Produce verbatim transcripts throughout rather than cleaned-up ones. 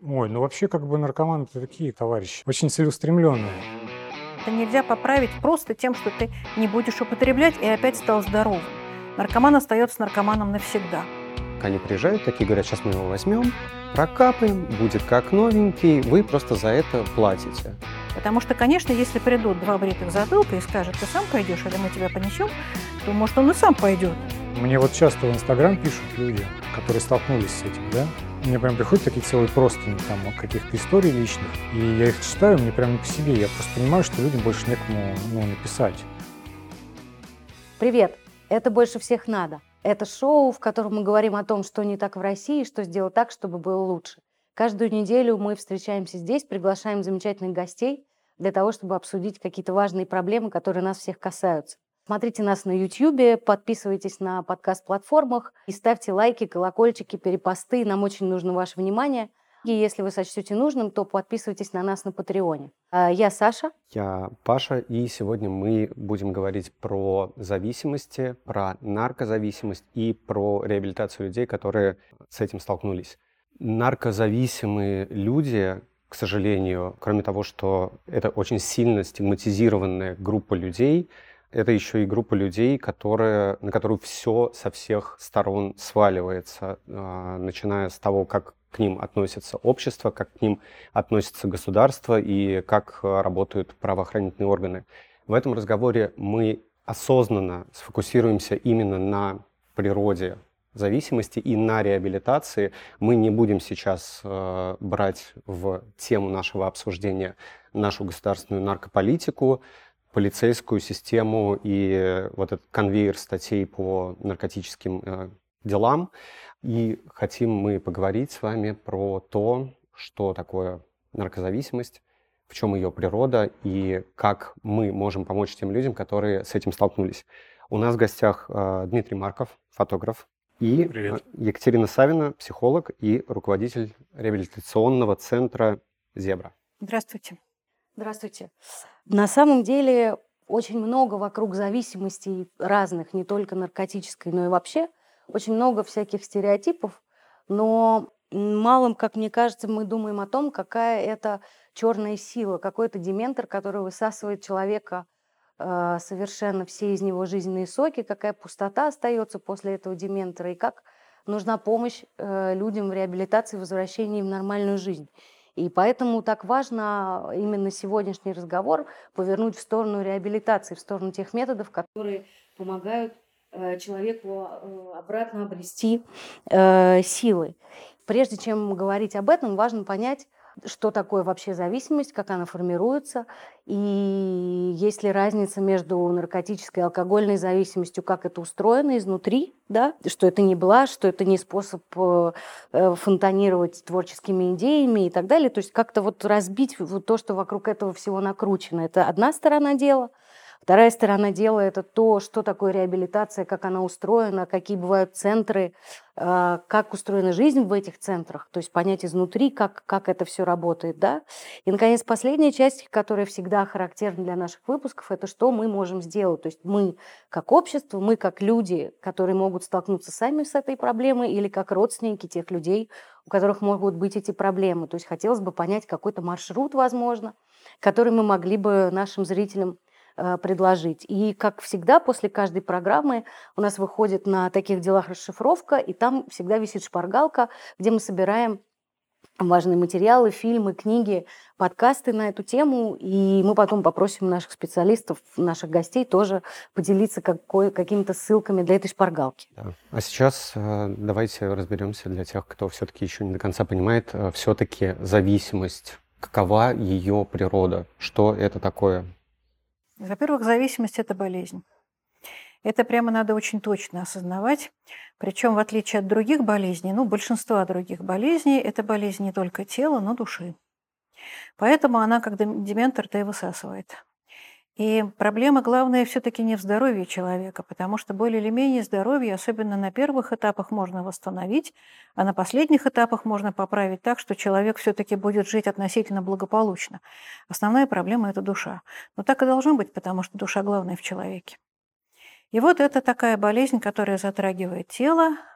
Ой, ну вообще как бы наркоманы-то такие товарищи, очень целеустремленные. Это нельзя поправить просто тем, что ты не будешь употреблять и опять стал здоровым. Наркоман остается наркоманом навсегда. Они приезжают, такие говорят, сейчас мы его возьмем, прокапаем, будет как новенький, вы просто за это платите. Потому что, конечно, если придут два бритых затылка и скажут, ты сам пойдешь или мы тебя понесем, то, может, он и сам пойдет. Мне вот часто в Инстаграм пишут люди, которые столкнулись с этим, да? Мне прям приходят такие целые простыни там каких-то историй личных, и я их читаю, мне прям не по себе. Я просто понимаю, что людям больше некому, ну, написать. Привет! Это «Больше всех надо». Это шоу, в котором мы говорим о том, что не так в России, и что сделать так, чтобы было лучше. Каждую неделю мы встречаемся здесь, приглашаем замечательных гостей для того, чтобы обсудить какие-то важные проблемы, которые нас всех касаются. Смотрите нас на Ютьюбе, подписывайтесь на подкаст-платформах и ставьте лайки, колокольчики, перепосты. Нам очень нужно ваше внимание. И если вы сочтете нужным, то подписывайтесь на нас на Патреоне. Я Саша. Я Паша, и сегодня мы будем говорить про зависимости, про наркозависимость и про реабилитацию людей, которые с этим столкнулись. Наркозависимые люди, к сожалению, кроме того, что это очень сильно стигматизированная группа людей, это еще и группа людей, которые, на которую все со всех сторон сваливается, начиная с того, как к ним относится общество, как к ним относится государство и как работают правоохранительные органы. В этом разговоре мы осознанно сфокусируемся именно на природе зависимости и на реабилитации. Мы не будем сейчас э, брать в тему нашего обсуждения нашу государственную наркополитику, полицейскую систему и вот этот конвейер статей по наркотическим э, делам. И хотим мы поговорить с вами про то, что такое наркозависимость, в чем ее природа и как мы можем помочь тем людям, которые с этим столкнулись. У нас в гостях э, Дмитрий Марков, фотограф, и Привет. Екатерина Савина, психолог и руководитель реабилитационного центра «Зебра». Здравствуйте. Здравствуйте. На самом деле очень много вокруг зависимостей разных, не только наркотической, но и вообще. Очень много всяких стереотипов, но малым, как мне кажется, мы думаем о том, какая это черная сила, какой-то дементор, который высасывает человека э, совершенно все из него жизненные соки, какая пустота остается после этого дементора и как нужна помощь э, людям в реабилитации, в возвращении в нормальную жизнь. И поэтому так важно именно сегодняшний разговор повернуть в сторону реабилитации, в сторону тех методов, которые помогают человеку обратно обрести э, силы. Прежде чем говорить об этом, важно понять, что такое вообще зависимость, как она формируется, и есть ли разница между наркотической и алкогольной зависимостью, как это устроено изнутри, да? Что это не блажь, что это не способ э, фонтанировать творческими идеями и так далее. То есть как-то вот разбить вот то, что вокруг этого всего накручено. Это одна сторона дела. Вторая сторона дела – это то, что такое реабилитация, как она устроена, какие бывают центры, как устроена жизнь в этих центрах, то есть понять изнутри, как, как это все работает. Да? И, наконец, последняя часть, которая всегда характерна для наших выпусков, это что мы можем сделать. То есть мы как общество, мы как люди, которые могут столкнуться сами с этой проблемой, или как родственники тех людей, у которых могут быть эти проблемы. То есть хотелось бы понять какой-то маршрут, возможно, который мы могли бы нашим зрителям предложить. И, как всегда, после каждой программы у нас выходит на таких делах расшифровка, и там всегда висит шпаргалка, где мы собираем важные материалы, фильмы, книги, подкасты на эту тему, и мы потом попросим наших специалистов, наших гостей тоже поделиться какой, какими-то ссылками для этой шпаргалки. Да. А сейчас э, давайте разберемся для тех, кто все-таки еще не до конца понимает, э, все-таки зависимость, какова ее природа, что это такое? Во-первых, зависимость – это болезнь. Это прямо надо очень точно осознавать. Причем, в отличие от других болезней, ну, большинства других болезней, это болезнь не только тела, но души. Поэтому она, как дементор-то и высасывает. И проблема главная все-таки не в здоровье человека, потому что более или менее здоровье, особенно на первых этапах, можно восстановить, а на последних этапах можно поправить так, что человек все-таки будет жить относительно благополучно. Основная проблема – это душа. Но так и должно быть, потому что душа главная в человеке. И вот это такая болезнь, которая затрагивает тело,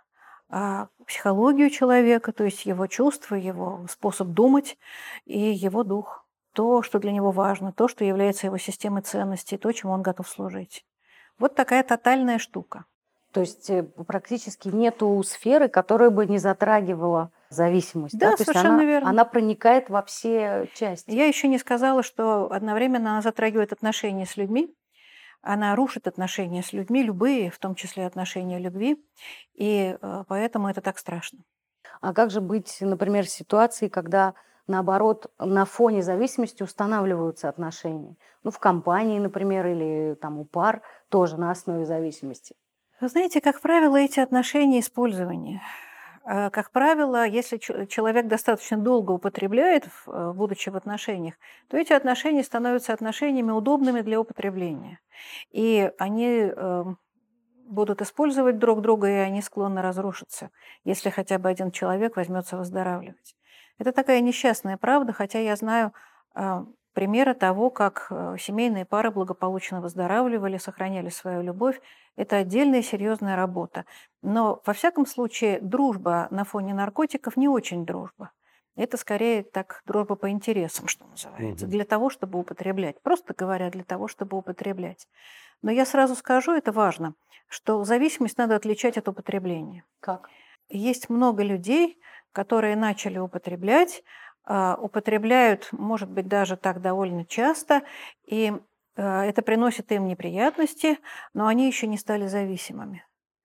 а, психологию человека, то есть его чувства, его способ думать и его дух. То, что для него важно, то, что является его системой ценностей, то, чему он готов служить. Вот такая тотальная штука. То есть э, практически нету сферы, которая бы не затрагивала зависимость. Да, Да? То есть совершенно она, верно. она проникает во все части. Я еще не сказала, что одновременно она затрагивает отношения с людьми, она рушит отношения с людьми, любые, в том числе отношения любви, и э, поэтому это так страшно. А как же быть, например, ситуацией, когда, наоборот, на фоне зависимости устанавливаются отношения? Ну, в компании, например, или там у пар тоже на основе зависимости. Вы знаете, как правило, эти отношения использования. Э, Как правило, если чё- человек достаточно долго употребляет, в- э, будучи в отношениях, то эти отношения становятся отношениями удобными для употребления. И они э, будут использовать друг друга, и они склонны разрушиться, если хотя бы один человек возьмется выздоравливать. Это такая несчастная правда, хотя я знаю а, примеры того, как э, семейные пары благополучно выздоравливали, сохраняли свою любовь. Это отдельная серьезная работа. Но, во всяком случае, дружба на фоне наркотиков не очень дружба. Это скорее так дружба по интересам, что называется, Мгм. для того, чтобы употреблять. Просто говоря, для того, чтобы употреблять. Но я сразу скажу, это важно, что зависимость надо отличать от употребления. Как? Есть много людей, которые начали употреблять, а, употребляют, может быть, даже так довольно часто, и а, это приносит им неприятности, но они еще не стали зависимыми.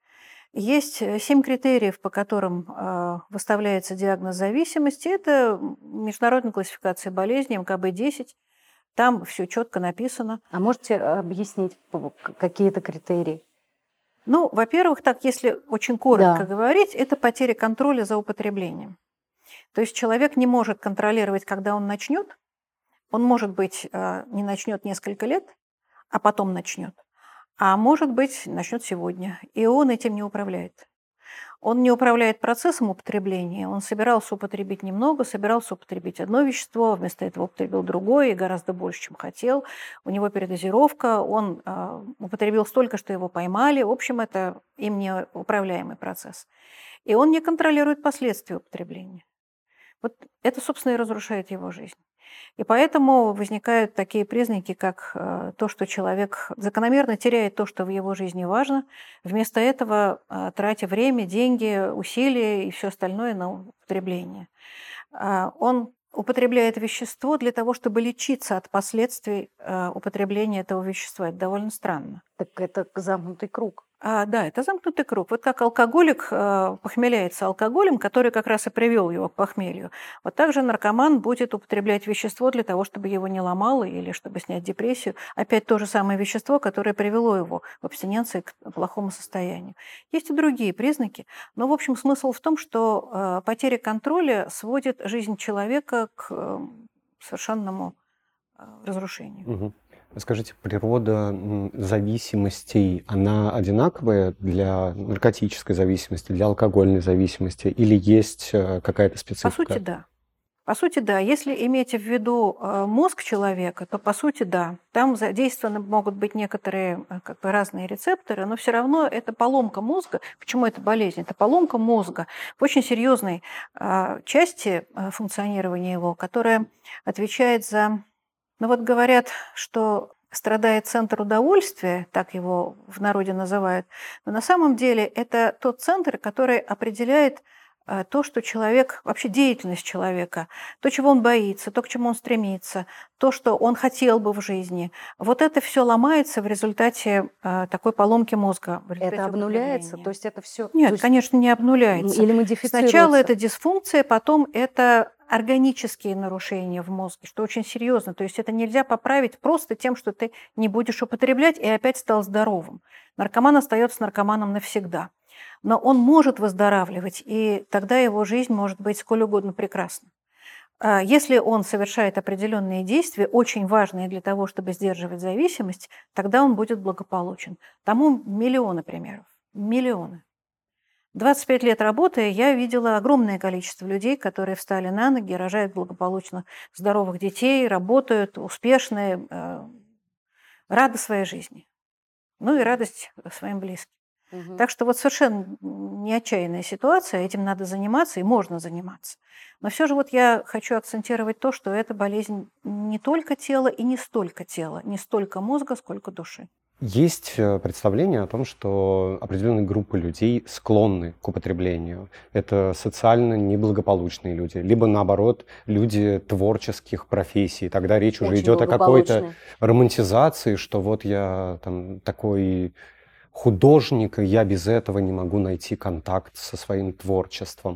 Есть э, семь критериев, по которым а, выставляется диагноз зависимости. Это международная классификация болезней, эм ка бэ десять. Там все четко написано. А можете объяснить п- к- какие-то критерии? Ну, во-первых, так, если очень коротко Да. говорить, это потеря контроля за употреблением. То есть человек не может контролировать, когда он начнет. Он, может быть, э, не начнет несколько лет, а потом начнет. А может быть, начнет сегодня. И он этим не управляет. Он не управляет процессом употребления. Он собирался употребить немного, собирался употребить одно вещество, вместо этого употребил другое, и гораздо больше, чем хотел. У него передозировка, он э, употребил столько, что его поймали. В общем, это им не управляемый процесс. И он не контролирует последствия употребления. Вот это, собственно, и разрушает его жизнь. И поэтому возникают такие признаки, как э, то, что человек закономерно теряет то, что в его жизни важно, вместо этого э, тратя время, деньги, усилия и все остальное на употребление. А, Он употребляет вещество для того, чтобы лечиться от последствий э, употребления этого вещества. Это довольно странно. Так это замкнутый круг. А, да, это замкнутый круг. Вот как алкоголик э, похмеляется алкоголем, который как раз и привел его к похмелью, вот так же наркоман будет употреблять вещество для того, чтобы его не ломало или чтобы снять депрессию. Опять то же самое вещество, которое привело его в абстиненции к плохому состоянию. Есть и другие признаки, но, в общем, смысл в том, что э, потеря контроля сводит жизнь человека к э, совершенному э, разрушению. Мгм. Скажите, природа м, зависимостей, она одинаковая для наркотической зависимости, для алкогольной зависимости, или есть э, какая-то По специфика? сути, да. По сути, да. Если иметь в виду э, мозг человека, то по сути, да. Там задействованы могут быть некоторые э, как бы разные рецепторы, но все равно это поломка мозга. Почему это болезнь? Это поломка мозга в очень серьезной э, части э, функционирования его, которая отвечает за... Ну вот говорят, что страдает центр удовольствия, так его в народе называют, но на самом деле это тот центр, который определяет э, то, что человек, вообще деятельность человека, то, чего он боится, то, к чему он стремится, то, что он хотел бы в жизни. Вот это все ломается в результате э, такой поломки мозга. В результате Это обнуляется? употребления. То есть это все... Нет, конечно, не обнуляется. Или модифицируется? Сначала это дисфункция, потом это органические нарушения в мозге, что очень серьезно. То есть это нельзя поправить просто тем, что ты не будешь употреблять и опять стал здоровым. Наркоман остается наркоманом навсегда. Но он может выздоравливать, и тогда его жизнь может быть сколь угодно прекрасна. А Если он совершает определенные действия, очень важные для того, чтобы сдерживать зависимость, тогда он будет благополучен. Тому миллионы примеров. Миллионы. двадцать пять лет работы я видела огромное количество людей, которые встали на ноги, рожают благополучно здоровых детей, работают, успешные, э, рады своей жизни. Ну и радость своим близким. Мгм. Так что вот совершенно не отчаянная ситуация, этим надо заниматься и можно заниматься. Но все же вот я хочу акцентировать то, что эта болезнь не только тела и не столько тела, не столько мозга, сколько души. Есть э, представление о том, что определенные группы людей склонны к употреблению. Это социально неблагополучные люди, либо наоборот люди творческих профессий. Тогда речь уже Очень идет о какой-то благополучные. романтизации, что вот я там такой художник, и я без этого не могу найти контакт со своим творчеством.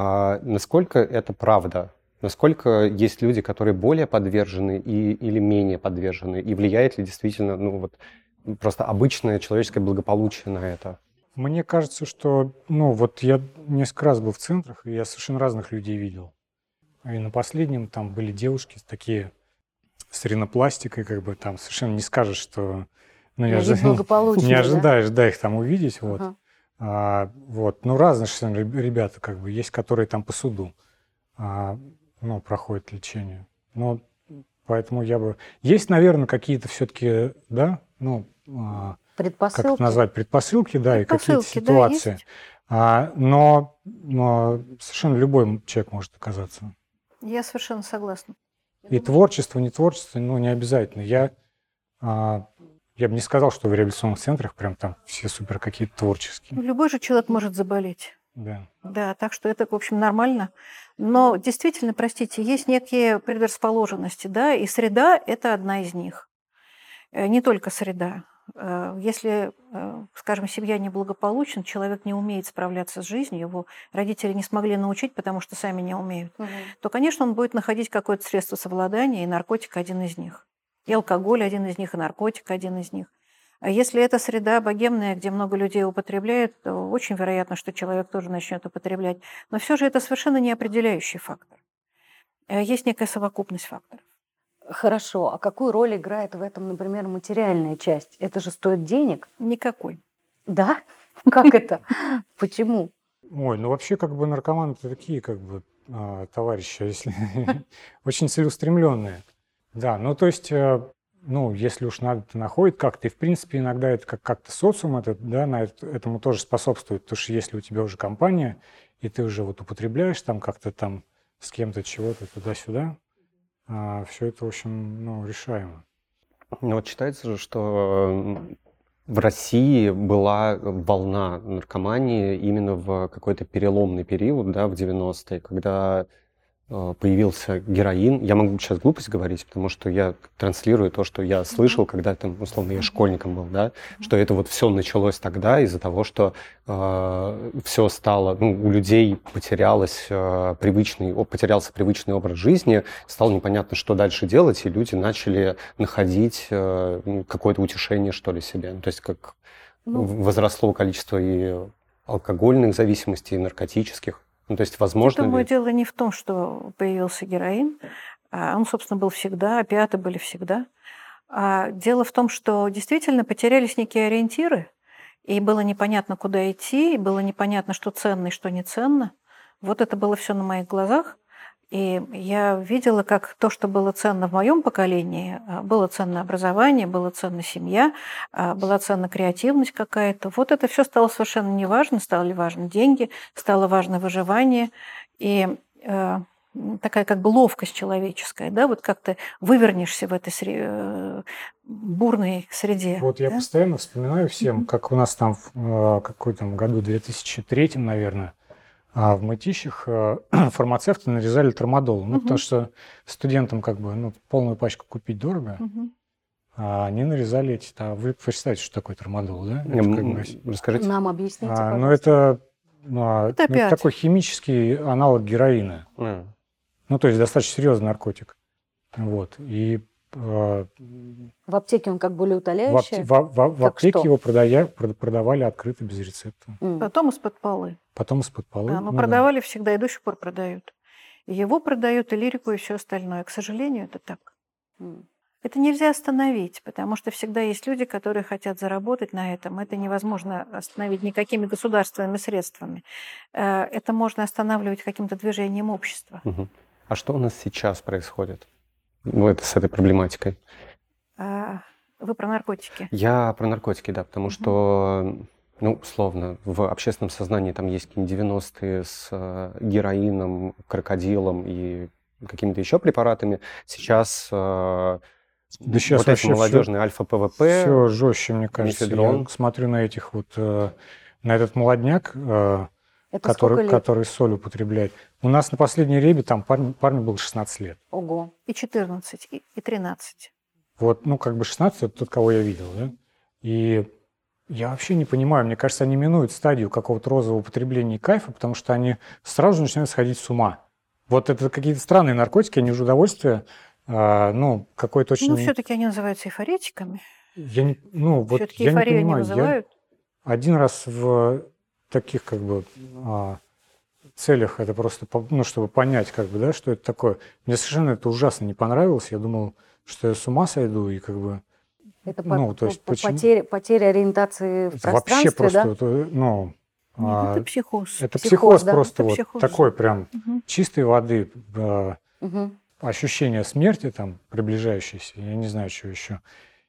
А насколько это правда? Насколько есть люди, которые более подвержены и, или менее подвержены? И влияет ли действительно, ну вот, просто обычное человеческое благополучие на это? Мне кажется, что, ну, вот я несколько раз был в центрах, и я совершенно разных людей видел. И на последнем там были девушки такие с ринопластикой, как бы там совершенно не скажешь, что... Ну, На я же вид благополучные, не да? ожидаешь, да, их там увидеть, вот. Ага. А, вот, ну, разные совершенно реб- ребята, как бы, есть, которые там по суду, а, ну, проходят лечение. Ну, поэтому я бы... Есть, наверное, какие-то все-таки, да, ну, а, как это Предпосылки. назвать, предпосылки, да, и какие-то Предпосылки, да, ситуации. есть. А, но, но совершенно любой человек может оказаться. Я совершенно согласна. И творчество, не творчество, ну, не обязательно. Я, а, я бы не сказал, что в реабилитационных центрах прям там все супер какие-то творческие. Любой же человек может заболеть. Да. Да, так что это, в общем, нормально. Но действительно, простите, есть некие предрасположенности, да, и среда – это одна из них. Э, Не только среда. Э, Если, э, скажем, семья неблагополучна, человек не умеет справляться с жизнью, его родители не смогли научить, потому что сами не умеют, Мгм. то, конечно, он будет находить какое-то средство совладания, и наркотик один из них. И алкоголь один из них, и наркотик один из них. А если это среда богемная, где много людей употребляют, то очень вероятно, что человек тоже начнет употреблять. Но все же это совершенно не определяющий фактор. Э, Есть некая совокупность факторов. Хорошо. А какую роль играет в этом, например, материальная часть? Это же стоит денег. Никакой. Да? Как это? Почему? Ой, ну вообще как бы наркоманы-то такие как бы а, товарищи, если очень целеустремленные. Да, ну то есть, э, ну если уж надо, то находит как-то. И в принципе иногда это как- как-то социум это, да, на это- этому тоже способствует. Потому что если у тебя уже компания, и ты уже вот употребляешь там как-то там с кем-то чего-то туда-сюда, все это, в общем, ну, решаемо. Ну вот считается же, что м, в России была волна наркомании именно в какой-то переломный период, да, в девяностые, когда э, появился героин. Я могу сейчас глупость говорить, потому что я транслирую то, что я слышал, когда там, условно, я школьником был, да, что это вот все началось тогда из-за того, что э, все стало, ну, у людей потерялось, э, привычный, о, потерялся привычный образ жизни, стало непонятно, что дальше делать, и люди начали находить э, ну, какое-то утешение, что ли, себе. Ну, то есть как Ну, возросло количество и алкогольных зависимостей, и наркотических. Ну, то есть, я возможно думаю, ли... дело не в том, что появился героин. А Он, собственно, был всегда, опиаты были всегда. А дело в том, что действительно потерялись некие ориентиры, и было непонятно, куда идти, и было непонятно, что ценно и что не ценно. Вот это было все на моих глазах. И я видела, как то, что было ценно в моем поколении, а, было ценно образование, было ценно семья, а, была ценна креативность какая-то. Вот это все стало совершенно неважно, стали важны деньги, стало важно выживание. И э, м, такая как бы ловкость человеческая, да, вот как ты вывернешься в этой сре- э, бурной среде. Вот я да? постоянно вспоминаю всем, как у нас там в э, какой-то году, две тысячи третьем, наверное, а в Мытищах э, фармацевты нарезали трамадол. Ну, Мгм. потому что студентам как бы ну, полную пачку купить дорого, Мгм. а они нарезали эти... А вы представляете, что такое трамадол, да? Это М, как бы... м, Расскажите. Нам объясните, а, ну, пожалуйста. это, ну, а, Это ну, это опиат. такой химический аналог героина. А, Ну, то есть достаточно серьезный наркотик. Вот. И э, В аптеке он как более в, утоляющий? апте- в, в- в Как аптеке что? его продая- прод- продавали открыто, без рецепта. М. Потом из-под полы. Потом из-под полы. Да, но ну да. продавали всегда и до сих пор продают. И его продают, и лирику, и все остальное. К сожалению, это так. М. Это нельзя остановить, потому что всегда есть люди, которые хотят заработать на этом. Это невозможно остановить никакими государственными средствами. Э, Это можно останавливать каким-то движением общества. Мгм. А что у нас сейчас происходит вот с этой проблематикой? А Вы про наркотики. Я про наркотики, да, потому Мгм. что Ну, условно, в общественном сознании там есть какие-нибудь девяностые с э, героином, крокодилом и какими-то еще препаратами. Сейчас э, Да сейчас вот эти вообще все, молодежные альфа-ПВП, все жестче, мне кажется. Я мефедрон. смотрю на этих вот, э, на этот молодняк, э, Это сколько который, лет? который соль употребляет. У нас на последней ребе там парню, парню было шестнадцать лет. Ого. И четырнадцать, и, и тринадцать. Вот, ну, как бы шестнадцать – это тот, кого я видел, да? И я вообще не понимаю, мне кажется, они минуют стадию какого-то розового употребления и кайфа, потому что они сразу же начинают сходить с ума. Вот это какие-то странные наркотики, они же удовольствие, а, ну, какое-то очень... Ну, все-таки они называются эйфоретиками. Я не, ну, вот Все-таки я не эйфорию не понимаю, я вызывают. один раз в таких, как бы, а, целях, это просто, по- ну, чтобы понять, как бы, да, что это такое. Мне совершенно это ужасно не понравилось. Я думал, что я с ума сойду, и как бы, Это ну, по- то есть по- почему... потеря, потеря ориентации в Это вообще пространстве, просто, да? вот, э, ну, Нет, а, это психоз. это Психоз, психоз да, просто это вот психоз. такой прям Мгм. чистой воды, а, Мгм. ощущение смерти там приближающейся, я не знаю, что еще.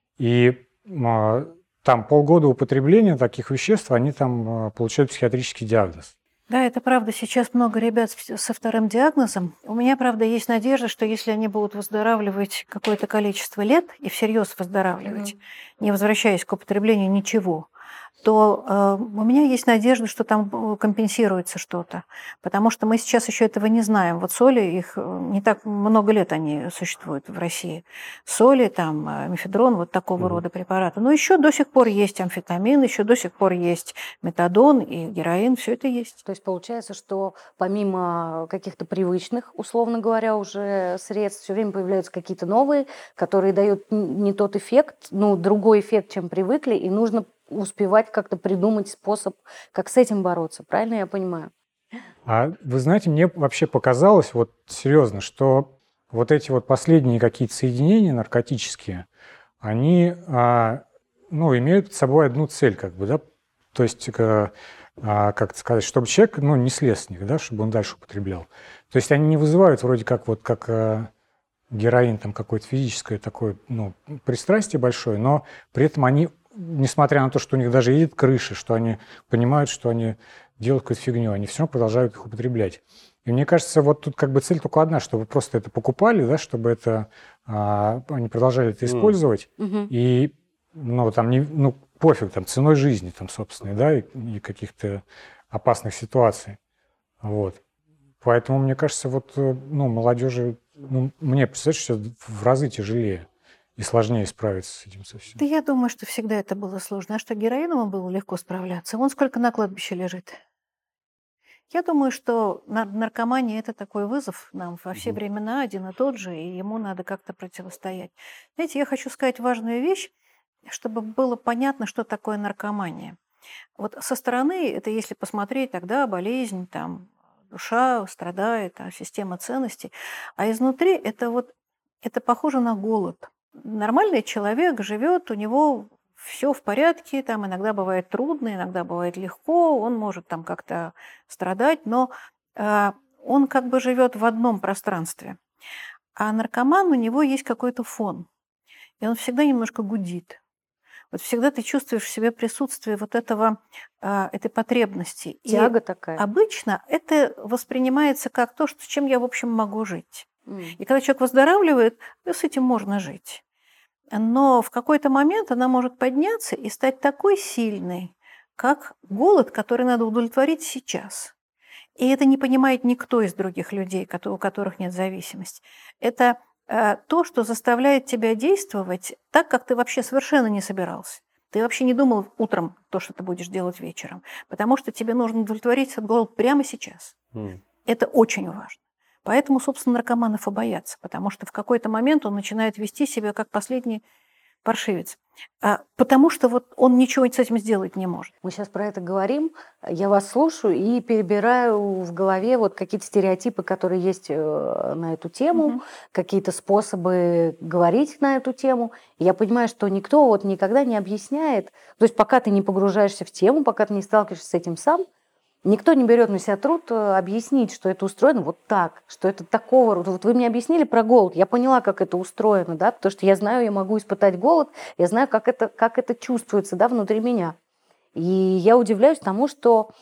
И а, там полгода употребления таких веществ, они там а, получают психиатрический диагноз. Да, это правда. Сейчас много ребят с- со вторым диагнозом. У меня, правда, есть надежда, что если они будут выздоравливать какое-то количество лет и всерьез выздоравливать, не возвращаясь к употреблению ничего, то э, у меня есть надежда, что там э, компенсируется что-то. Потому что мы сейчас еще этого не знаем. Вот соли, их э, не так много лет они существуют в России. Соли, там, э, мефедрон, вот такого Мгм. рода препараты. Но еще до сих пор есть амфетамин, еще до сих пор есть метадон и героин, все это есть. То есть получается, что помимо каких-то привычных, условно говоря, уже средств, все время появляются какие-то новые, которые дают н- не тот эффект, ну, другой эффект, чем привыкли, и нужно успевать как-то придумать способ, как с этим бороться. Правильно я понимаю? А вы знаете, мне вообще показалось, вот серьезно, что вот эти вот последние какие-то соединения наркотические, они, а, ну, имеют под собой одну цель, как бы, да, то есть, э, а, как это сказать, чтобы человек, ну, не слез с них, да, чтобы он дальше употреблял. То есть они не вызывают вроде как вот как э, героин, там какое-то физическое такое, ну, пристрастие большое, но при этом они, несмотря на то, что у них даже едет крыша, что они понимают, что они делают какую-то фигню, они все равно продолжают их употреблять. И мне кажется, вот тут как бы цель только одна, чтобы просто это покупали, да, чтобы это а, они продолжали это М. использовать, Мгм. и, ну, там, не, ну, пофиг, там, ценой жизни, там, собственно, да, и, и каких-то опасных ситуаций. Вот. Поэтому, мне кажется, вот, э, ну, молодежи, ну, мне, представляешь, сейчас в разы тяжелее и сложнее справиться с этим совсем. Да я думаю, что всегда это было сложно. А что героином было легко справляться? Вон сколько на кладбище лежит. Я думаю, что нар- наркомания – это такой вызов нам во все Мгм. времена, один и тот же, и ему надо как-то противостоять. Знаете, я хочу сказать важную вещь, чтобы было понятно, что такое наркомания. Вот со стороны, это если посмотреть, тогда болезнь, там, душа страдает, а система ценностей. А изнутри это вот, это похоже на голод. Нормальный человек живет, у него все в порядке, там иногда бывает трудно, иногда бывает легко, он может там как-то страдать, но э, он как бы живет в одном пространстве. А наркоман, у него есть какой-то фон, и он всегда немножко гудит. Вот всегда ты чувствуешь в себе присутствие вот этого, а, этой потребности. И Тяга такая. обычно это воспринимается как то, что, с чем я, в общем, могу жить. М. И когда человек выздоравливает, ну, с этим можно жить. Но в какой-то момент она может подняться и стать такой сильной, как голод, который надо удовлетворить сейчас. И это не понимает никто из других людей, кото- у которых нет зависимости. Это э, то, что заставляет тебя действовать так, как ты вообще совершенно не собирался. Ты вообще не думал утром то, что ты будешь делать вечером, потому что тебе нужно удовлетворить этот голод прямо сейчас. М. Это очень важно. Поэтому, собственно, наркоманов и боятся, потому что в какой-то момент он начинает вести себя как последний паршивец. А, потому что вот он ничего с этим сделать не может. Мы сейчас про это говорим, я вас слушаю и перебираю в голове вот какие-то стереотипы, которые есть э, на эту тему, Мгм. какие-то способы говорить на эту тему. И я понимаю, что никто вот никогда не объясняет, то есть пока ты не погружаешься в тему, пока ты не сталкиваешься с этим сам, никто не берет на себя труд э, объяснить, что это устроено вот так, что это такого рода. Вот вы мне объяснили про голод, я поняла, как это устроено, да, потому что я знаю, я могу испытать голод, я знаю, как это, как это чувствуется, да, внутри меня. И я удивляюсь тому, что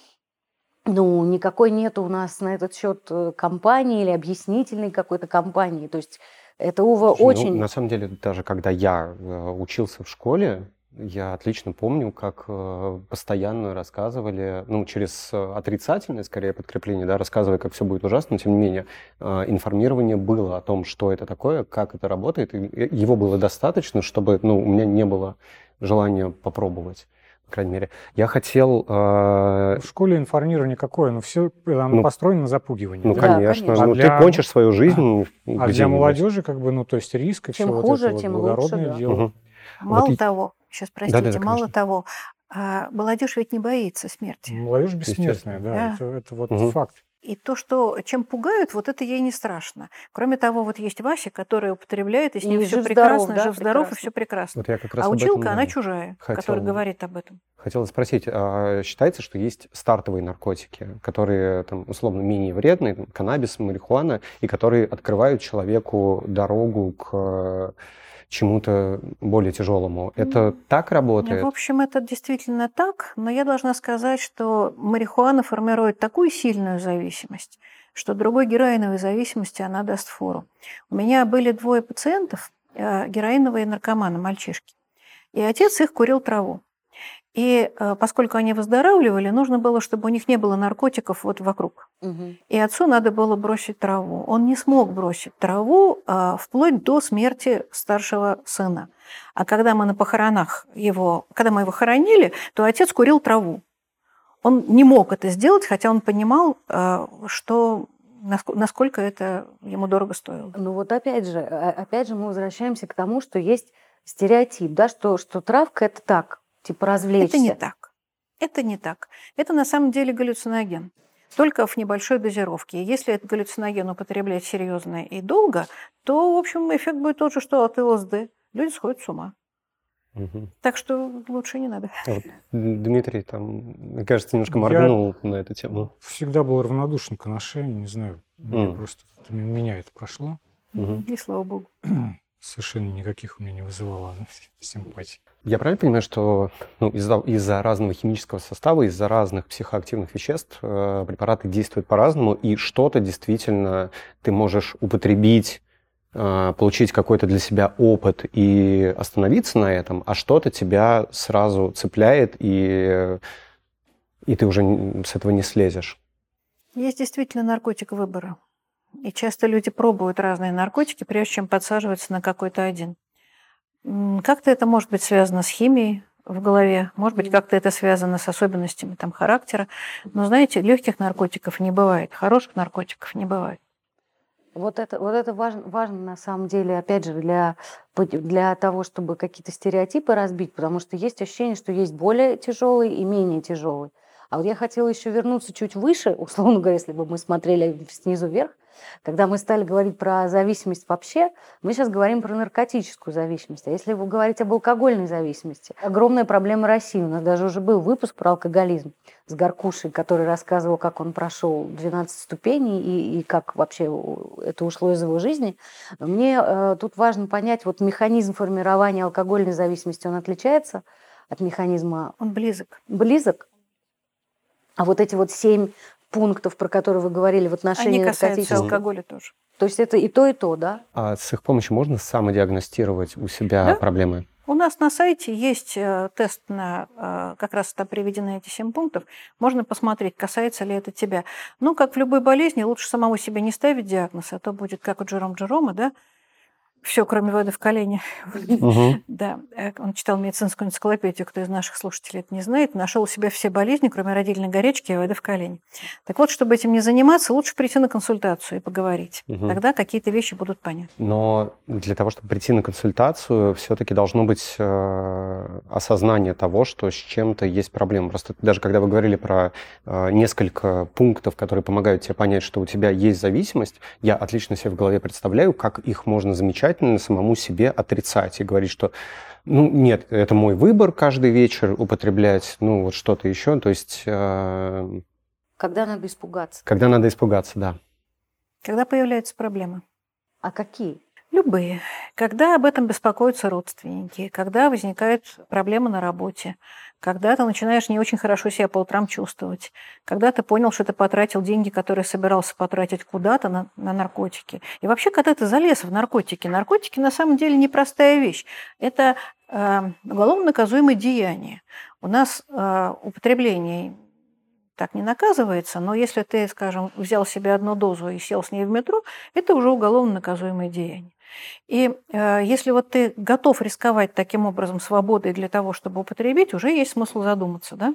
ну, никакой нет у нас на этот счет кампании или объяснительной какой-то кампании. То есть это, Ува, Слушай, очень... Ну, на самом деле, даже когда я э, учился в школе, я отлично помню, как э, постоянно рассказывали, ну, через э, отрицательное, скорее, подкрепление, да, рассказывая, как все будет ужасно, но тем не менее, э, информирование было о том, что это такое, как это работает, и его было достаточно, чтобы, ну, у меня не было желания попробовать. По крайней мере, я хотел... Э... В школе информирование какое? Ну, все оно ну, построено на запугивании. Ну, да? конечно. конечно. Ну, А для... ты кончишь свою жизнь. А, а для молодежи, как бы, ну, то есть риск и Чем все хуже, вот это тем вот благородное лучше, да. дело. Угу. Мало Вот того, сейчас, простите, Да-да-да, мало конечно. того, а, молодежь ведь не боится смерти. Молодежь бессмертная, да, Да. это, это вот Угу. факт. И то, что чем пугают, вот это ей не страшно. Кроме того, вот есть Вася, который употребляет, и с ним И все жив-здоров, прекрасно, да, жив-здоров, и прекрасно. все прекрасно. Вот я как раз А об училка, этом, она да, чужая, хотел- которая говорит об этом. Хотела спросить, а считается, что есть стартовые наркотики, которые, там, условно, менее вредные, там, каннабис, марихуана, и которые открывают человеку дорогу к э, чему-то более тяжелому. Это так работает? В общем, это действительно так, но я должна сказать, что марихуана формирует такую сильную зависимость, что другой героиновой зависимости она даст фору. У меня были двое пациентов, э, героиновые наркоманы, мальчишки, и отец их курил траву. И э, поскольку они выздоравливали, нужно было, чтобы у них не было наркотиков вот вокруг. Угу. И отцу надо было бросить траву. Он не смог бросить траву а, вплоть до смерти старшего сына. А когда мы на похоронах его, когда мы его хоронили, то отец курил траву. Он не мог это сделать, хотя он понимал, а, что насколько это ему дорого стоило. Ну вот опять же, опять же мы возвращаемся к тому, что есть стереотип, да, что, что травка это так, типа развлечься. Это не так. Это не так. Это на самом деле галлюциноген. Только в небольшой дозировке. Если этот галлюциноген употреблять серьезно и долго, то, в общем, эффект будет тот же, что от ЛСД. Люди сходят с ума. Угу. Так что лучше не надо. Вот, Дмитрий, там, мне кажется, немножко моргнул я на эту тему. Всегда был равнодушен к ношению, не знаю. Mm. Просто меня это прошло. Угу. И слава богу. Совершенно никаких у меня не вызывало симпатий. Я правильно понимаю, что ну, из-за, из-за разного химического состава, из-за разных психоактивных веществ э, препараты действуют по-разному, и что-то действительно ты можешь употребить, э, получить какой-то для себя опыт и остановиться на этом, а что-то тебя сразу цепляет, и, и ты уже с этого не слезешь? Есть действительно наркотик выбора. И часто люди пробуют разные наркотики, прежде чем подсаживаться на какой-то один. Как-то это может быть связано с химией в голове, может быть, как-то это связано с особенностями там, характера. Но, знаете, легких наркотиков не бывает, хороших наркотиков не бывает. Вот это, вот это важно, важно на самом деле, опять же, для, для того, чтобы какие-то стереотипы разбить, потому что есть ощущение, что есть более тяжелый и менее тяжелый. А вот я хотела еще вернуться чуть выше, условно говоря, если бы мы смотрели снизу вверх, когда мы стали говорить про зависимость вообще, мы сейчас говорим про наркотическую зависимость. А если вы говорите об алкогольной зависимости, огромная проблема России. У нас даже уже был выпуск про алкоголизм с Гаркушей, который рассказывал, как он прошел двенадцать ступеней и, и как вообще это ушло из его жизни. Мне э, тут важно понять, вот механизм формирования алкогольной зависимости, он отличается от механизма? Он близок. Близок? А вот эти вот семь пунктов, про которые вы говорили в отношении Они касаются наркотических... алкоголя тоже. То есть это и то, и то, да? А с их помощью можно самодиагностировать у себя Да? проблемы? У нас на сайте есть тест на, как раз там приведены эти семь пунктов. Можно посмотреть, касается ли это тебя. Ну, как в любой болезни, лучше самого себе не ставить диагноз, а то будет как у Джером Джерома, да? Все, кроме воды в колене. Угу. Да, он читал медицинскую энциклопедию, кто из наших слушателей это не знает, нашел у себя все болезни, кроме родильной горячки и воды в колене. Так вот, чтобы этим не заниматься, лучше прийти на консультацию и поговорить. Угу. Тогда какие-то вещи будут понятны. Но для того, чтобы прийти на консультацию, все-таки должно быть э, осознание того, что с чем-то есть проблема. Просто даже когда вы говорили про э, несколько пунктов, которые помогают тебе понять, что у тебя есть зависимость, я отлично себе в голове представляю, как их можно замечательно самому себе отрицать и говорить, что ну нет, это мой выбор каждый вечер употреблять, ну вот что-то еще, то есть... Э, Когда надо испугаться? Когда надо испугаться, да. Когда появляются проблемы. А какие? Любые. Когда об этом беспокоятся родственники, когда возникает проблема на работе, когда ты начинаешь не очень хорошо себя по утрам чувствовать, когда ты понял, что ты потратил деньги, которые собирался потратить куда-то на, на наркотики. И вообще, когда ты залез в наркотики, наркотики на самом деле непростая вещь. Это э, уголовно наказуемое деяние. У нас э, употребление так не наказывается, но если ты, скажем, взял себе одну дозу и сел с ней в метро, это уже уголовно наказуемое деяние. И э, если вот ты готов рисковать таким образом свободой для того, чтобы употребить, уже есть смысл задуматься, да?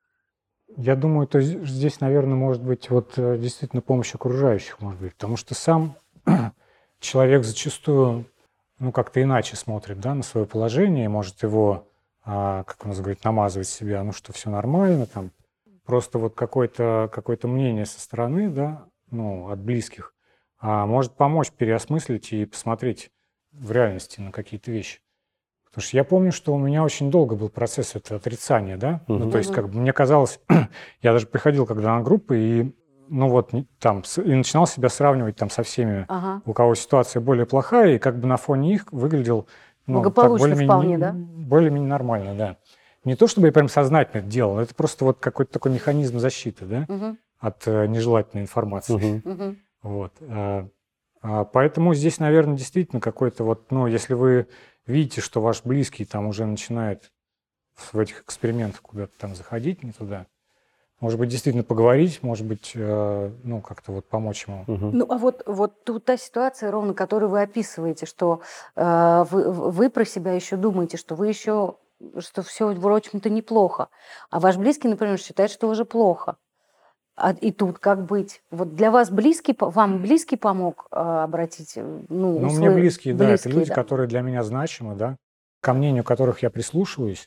Я думаю, то здесь, наверное, может быть вот действительно помощь окружающих, может быть, потому что сам человек зачастую, ну, как-то иначе смотрит, да, на свое положение, может его, а, как у нас говорит, намазывать себя, ну, что все нормально, там, просто вот какое-то какое-то мнение со стороны, да, ну, от близких, а может помочь переосмыслить и посмотреть в реальности на какие-то вещи. Потому что я помню, что у меня очень долго был процесс этого отрицания, да, uh-huh. ну, то есть, как бы, мне казалось, я даже приходил когда на группы и, ну, вот, там, и начинал себя сравнивать там со всеми, uh-huh. у кого ситуация более плохая, и как бы на фоне их выглядел, ну, благополучно вполне, да? Более-менее нормально, да. Не то, чтобы я прям сознательно это делал, это просто вот какой-то такой механизм защиты, да, uh-huh. от э, нежелательной информации. Uh-huh. Uh-huh. Вот. А, а, поэтому здесь, наверное, действительно какой-то вот, ну, если вы видите, что ваш близкий там уже начинает в этих экспериментах куда-то там заходить, не туда, может быть, действительно поговорить, может быть, э, ну, как-то вот помочь ему. Uh-huh. Ну, а вот, вот тут та ситуация, ровно, которую вы описываете, что э, вы, вы про себя еще думаете, что вы еще, что все, в общем-то, неплохо, а ваш близкий, например, считает, что уже плохо. А, и тут как быть? Вот для вас близкий, вам близкий помог э, обратить? Ну, ну услы... мне близкие, да, близкие, это люди, да. которые для меня значимы, да, ко мнению которых я прислушиваюсь,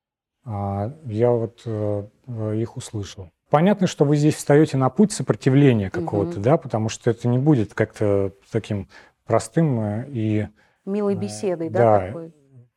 э, я вот э, их услышал. Понятно, что вы здесь встаете на путь сопротивления какого-то, угу. да, потому что это не будет как-то таким простым э, и... Милой беседой, э, да, да, такой?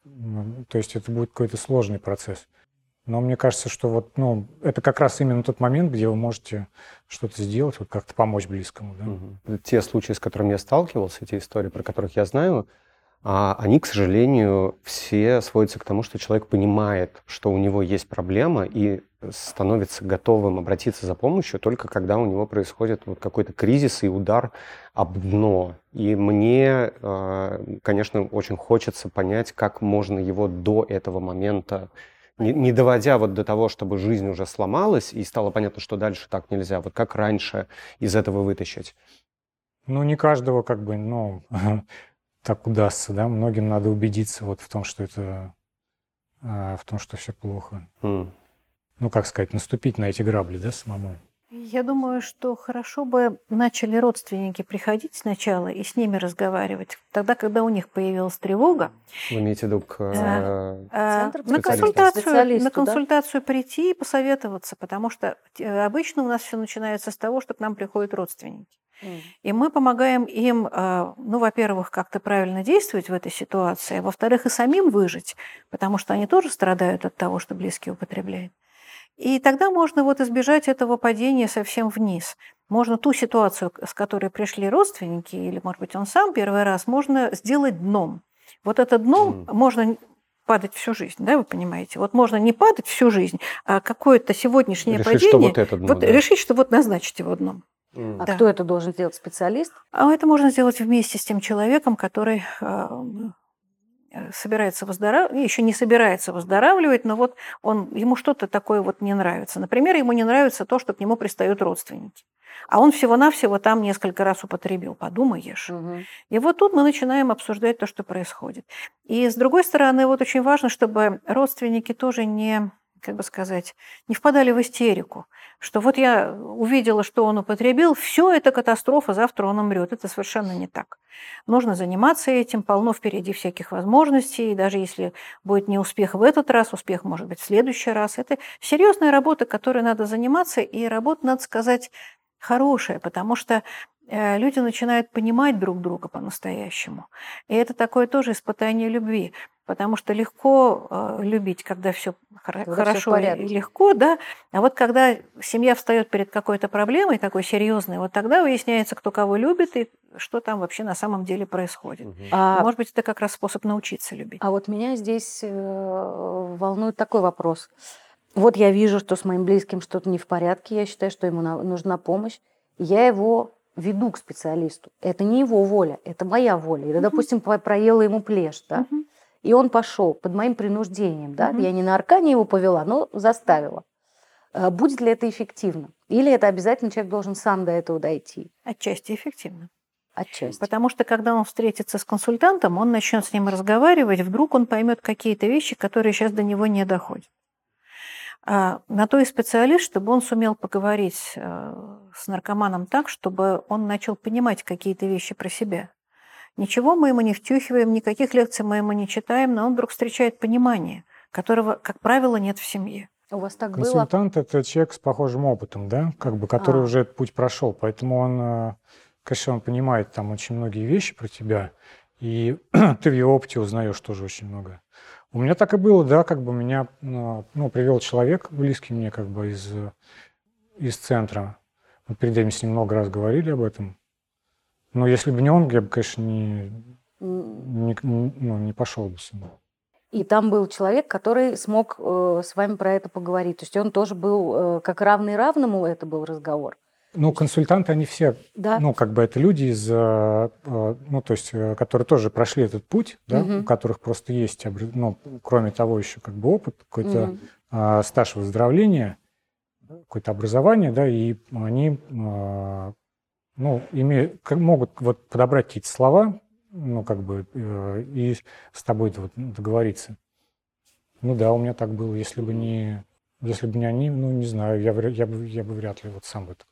То есть это будет какой-то сложный процесс. Но мне кажется, что вот, ну, это как раз именно тот момент, где вы можете что-то сделать, вот как-то помочь близкому. Да? Угу. Те случаи, с которыми я сталкивался, те истории, про которых я знаю, они, к сожалению, все сводятся к тому, что человек понимает, что у него есть проблема, и становится готовым обратиться за помощью только когда у него происходит вот какой-то кризис и удар об дно. И мне, конечно, очень хочется понять, как можно его до этого момента, Не, не доводя вот до того, чтобы жизнь уже сломалась и стало понятно, что дальше так нельзя. Вот как раньше из этого вытащить? Ну, не каждого как бы, ну, так удастся, да. Многим надо убедиться вот в том, что это, в том, что все плохо. Mm. Ну, как сказать, наступить на эти грабли, да, самому. Я думаю, что хорошо бы начали родственники приходить сначала и с ними разговаривать. Тогда, когда у них появилась тревога, вы имеете в виду к э, э, на консультацию, на консультацию да? прийти и посоветоваться, потому что обычно у нас все начинается с того, что к нам приходят родственники. Mm. И мы помогаем им, ну, во-первых, как-то правильно действовать в этой ситуации, а во-вторых, и самим выжить, потому что они тоже страдают от того, что близкий употребляет. И тогда можно вот избежать этого падения совсем вниз. Можно ту ситуацию, с которой пришли родственники, или, может быть, он сам первый раз, можно сделать дном. Вот это дном mm. можно падать всю жизнь, да, вы понимаете? Вот можно не падать всю жизнь, а какое-то сегодняшнее решить, падение... Что вот это дно, вот, да. Решить, что вот назначить его дном. Mm. А да. Кто это должен сделать? Специалист? А это можно сделать вместе с тем человеком, который... собирается выздоравливать, еще не собирается выздоравливать, но вот он, ему что-то такое вот не нравится. Например, ему не нравится то, что к нему пристают родственники. А он всего-навсего там несколько раз употребил. Подумаешь. Угу. И вот тут мы начинаем обсуждать то, что происходит. И с другой стороны, вот очень важно, чтобы родственники тоже не, как бы сказать, не впадали в истерику. Что вот я увидела, что он употребил, все это катастрофа, завтра он умрет. Это совершенно не так. Нужно заниматься этим, полно впереди всяких возможностей. И даже если будет не успех в этот раз, успех может быть в следующий раз. Это серьезная работа, которой надо заниматься, и работа, надо сказать, хорошая, потому что люди начинают понимать друг друга по-настоящему. И это такое тоже испытание любви. Потому что легко э, любить, когда все хорошо и легко, да. А вот когда семья встает перед какой-то проблемой такой серьезной, вот тогда выясняется, кто кого любит и что там вообще на самом деле происходит. Мгм. А, Может быть, это как раз способ научиться любить. а вот меня здесь э, волнует такой вопрос. Вот я вижу, что с моим близким что-то не в порядке, я считаю, что ему на- нужна помощь, и я его веду к специалисту. Это не его воля, это моя воля. Я, Мгм. допустим, по- проела ему плешь, да, Мгм. и он пошел под моим принуждением, да, Мгм. я не на аркане его повела, но заставила. А будет ли это эффективно? Или это обязательно человек должен сам до этого дойти? Отчасти эффективно. Отчасти. Потому что, когда он встретится с консультантом, он начнет с ним разговаривать, вдруг он поймет какие-то вещи, которые сейчас до него не доходят. А на то и специалист, чтобы он сумел поговорить э, с наркоманом так, чтобы он начал понимать какие-то вещи про себя. Ничего мы ему не втюхиваем, никаких лекций мы ему не читаем, но он вдруг встречает понимание, которого, как правило, нет в семье. У вас так было? Консультант – это человек с похожим опытом, да, как бы, который А. уже этот путь прошел, поэтому он, э, конечно, он понимает там очень многие вещи про тебя, и ты в его опыте узнаешь тоже очень много. У меня так и было, да, как бы меня, э, ну, привел человек, близкий мне, как бы, из, э, из центра. Мы перед этим с ним много раз говорили об этом. Но если бы не он, я бы, конечно, не, М, не, ну, не пошел бы с ним. И там был человек, который смог э, с вами про это поговорить. То есть он тоже был, э, как равный равному, это был разговор. Ну, консультанты, они все, Да. ну, как бы это люди из, э, э, ну, то есть, э, которые тоже прошли этот путь, да, Мгм. у которых просто есть, обр- ну, кроме того, еще как бы опыт, какой-то Мгм. э, стаж выздоровления, какое-то образование, да, и они, э, ну, имеют, как, могут вот подобрать какие-то слова, ну, как бы, э, и с тобой вот договориться. Ну да, у меня так было, если бы не, если бы не они, ну, не знаю, я, вря- я, бы, я бы вряд ли вот сам бы так.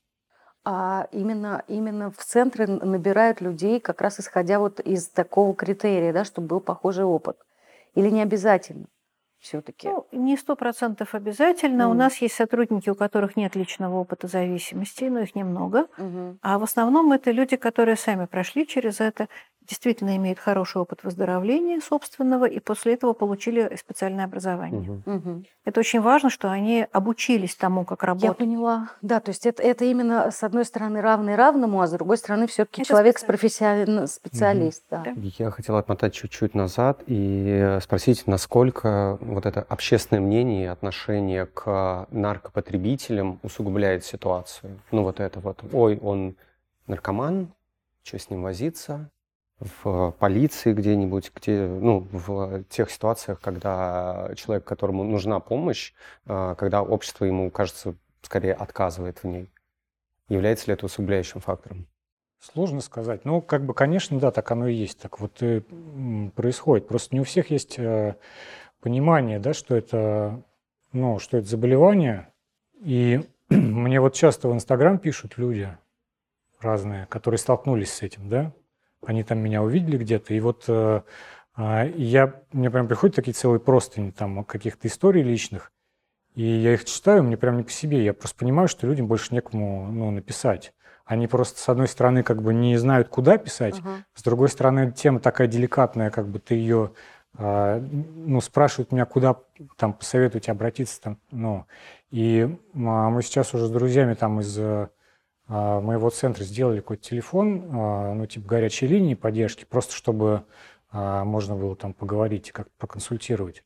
А именно, именно в центры н- набирают людей, как раз исходя вот из такого критерия, да, чтобы был похожий опыт. Или не обязательно все-таки? Ну, не сто процентов обязательно. У М. нас есть сотрудники, у которых нет личного опыта зависимости, но их немного. Мгм. А в основном это люди, которые сами прошли через это, действительно имеют хороший опыт выздоровления собственного и после этого получили специальное образование. Мгм. Мгм. Это очень важно, что они обучились тому, как Я работать. поняла. Да, то есть это, это именно с одной стороны равный равному, а с другой стороны все-таки Это человек специалист. профессиональный специалист. Да. Да. Я хотел отмотать чуть-чуть назад и спросить, насколько вот это общественное мнение и отношение к наркопотребителям усугубляет ситуацию. Ну вот это вот, ой, он наркоман, что с ним возиться? В полиции где-нибудь, где, ну, в тех ситуациях, когда человек, которому нужна помощь, э, когда общество ему, кажется, скорее отказывает в ней. Является ли это усугубляющим фактором? Сложно сказать. Ну, как бы, конечно, да, так оно и есть. Так вот и м, происходит. Просто не у всех есть э, понимание, да, что это, ну, что это заболевание. И мне вот часто в Инстаграм пишут люди разные, которые столкнулись с этим, да. Они там меня увидели где-то, и вот э, а, и я, мне прям приходят такие целые простыни там каких-то историй личных, и я их читаю, мне прям не по себе. Я просто понимаю, что людям больше некому, ну, написать. Они просто, с одной стороны, как бы не знают, куда писать, Ага. с другой стороны, тема такая деликатная, как бы ты ее, а, ну, спрашивают меня, куда там посоветуете обратиться, там, ну. И а, мы сейчас уже с друзьями там из а, моего центра сделали какой-то телефон, а, ну, типа горячей линии поддержки, просто чтобы а, можно было там поговорить и как-то проконсультировать.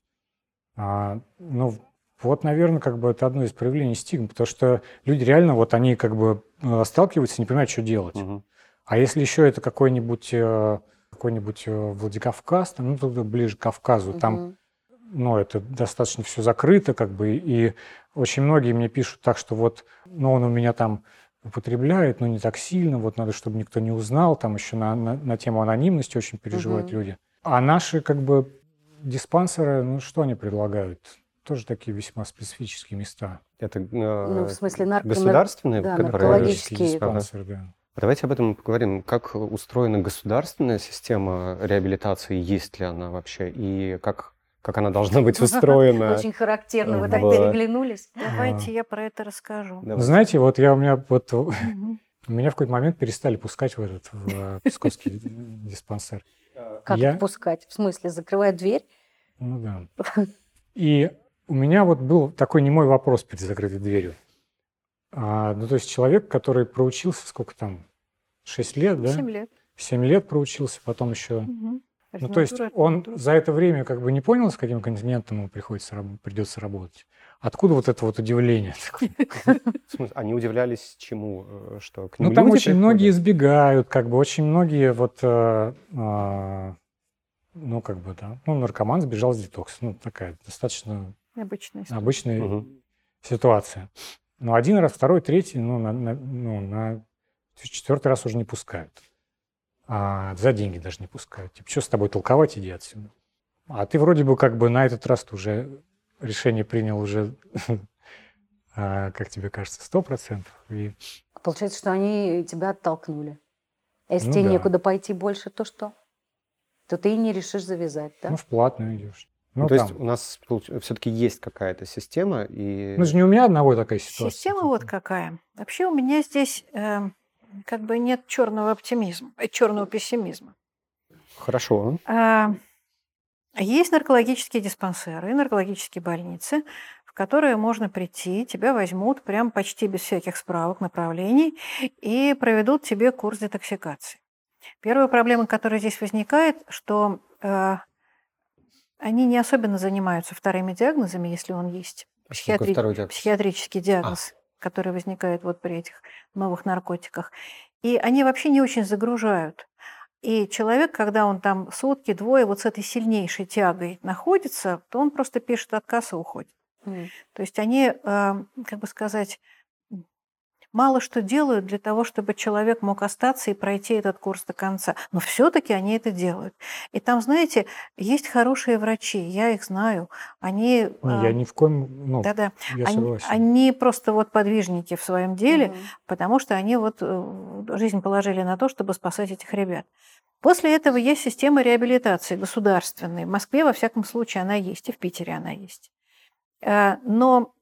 А, ну, вот, наверное, как бы это одно из проявлений стигмы, потому что люди реально, вот они как бы э, сталкиваются и не понимают, что делать. Мгм. А если еще это какой-нибудь, э, какой-нибудь э, Владикавказ, там, ну, туда ближе к Кавказу, там, Мгм. ну, это достаточно все закрыто, как бы, и очень многие мне пишут так, что вот, ну, он у меня там употребляет, но не так сильно, вот надо, чтобы никто не узнал, там еще на, на, на тему анонимности очень переживают Мгм. люди. А наши, как бы, диспансеры, ну, что они предлагают? Тоже такие весьма специфические места. Это э, Ну, в смысле, нарко- государственные, да, которые- наркологические. Наркологические диспансеры, да. Давайте об этом и поговорим. Как устроена государственная система реабилитации, есть ли она вообще, и как, как она должна быть устроена? Очень характерно, вы в- так переглянулись. Давайте я про это расскажу. Давайте. Ну, знаете, вот я у меня вот Мгм. меня в какой-то момент перестали пускать в этот в э, Псковский диспансер. Как Я- впускать? В смысле, закрывать дверь? Ну да. И у меня вот был такой немой вопрос перед закрытой дверью. А, ну, то есть человек, который проучился, сколько там, шесть лет, да? семь лет. семь лет проучился, потом еще... Угу. Ну, то есть он за это время как бы не понял, с каким континентом ему приходится, придется работать. Откуда вот это вот удивление? Они удивлялись чему? Что к ним ну, там люди очень приходят? многие избегают, как бы очень многие вот, э, э, ну, как бы, да, ну, наркоман сбежал с детокса. Ну, такая достаточно обычная, обычная угу. ситуация. Но один раз, второй, третий, ну, на, на, ну, на четвертый раз уже не пускают. А за деньги даже не пускают. Типа, что с тобой толковать, иди отсюда. А ты вроде бы как бы на этот раз ты уже решение принял уже, как тебе кажется, сто процентов. И... Получается, что они тебя оттолкнули. А если ну, тебе да. некуда пойти больше, то что? То ты и не решишь завязать, да? Ну, в платную идешь. Ну, Ну, то там. есть у нас все-таки есть какая-то система. И... Ну, это же не у меня одного такая ситуация. Система вот какая. Вообще у меня здесь э, как бы нет черного оптимизма, э, черного пессимизма. Хорошо. А, есть наркологические диспансеры, наркологические больницы, в которые можно прийти, тебя возьмут прям почти без всяких справок, направлений и проведут тебе курс детоксикации. Первая проблема, которая здесь возникает, что э, они не особенно занимаются вторыми диагнозами, если он есть. Психиатри... диагноз? Психиатрический диагноз, а. который возникает вот при этих новых наркотиках. И они вообще не очень загружают. И человек, когда он там сутки, двое вот с этой сильнейшей тягой находится, то он просто пишет отказ и уходит. Mm. То есть они, э, как бы сказать, мало что делают для того, чтобы человек мог остаться и пройти этот курс до конца. Но все-таки они это делают. И там, знаете, есть хорошие врачи, я их знаю. Они... Не, я ни в коем... Ну, да-да. Я они, согласен. Они просто вот подвижники в своем деле, угу. потому что они вот жизнь положили на то, чтобы спасать этих ребят. После этого есть система реабилитации государственной. В Москве, во всяком случае, она есть, и в Питере она есть. Но...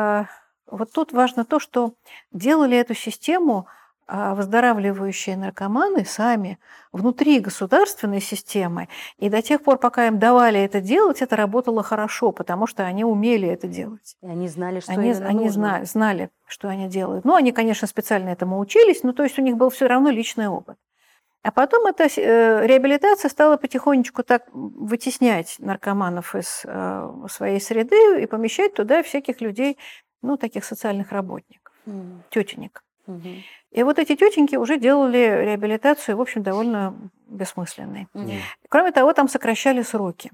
Вот тут важно то, что делали эту систему выздоравливающие наркоманы сами внутри государственной системы, и до тех пор, пока им давали это делать, это работало хорошо, потому что они умели это делать. И они знали, что они, именно они нужно. Знали, знали, что они делают. Ну, они, конечно, специально этому учились, но то есть у них был все равно личный опыт. А потом эта э, реабилитация стала потихонечку так вытеснять наркоманов из э, своей среды и помещать туда всяких людей, ну, таких социальных работников, mm. тетенек. Mm-hmm. И вот эти тетеньки уже делали реабилитацию, в общем, довольно бессмысленной. Mm-hmm. Кроме того, там сокращали сроки.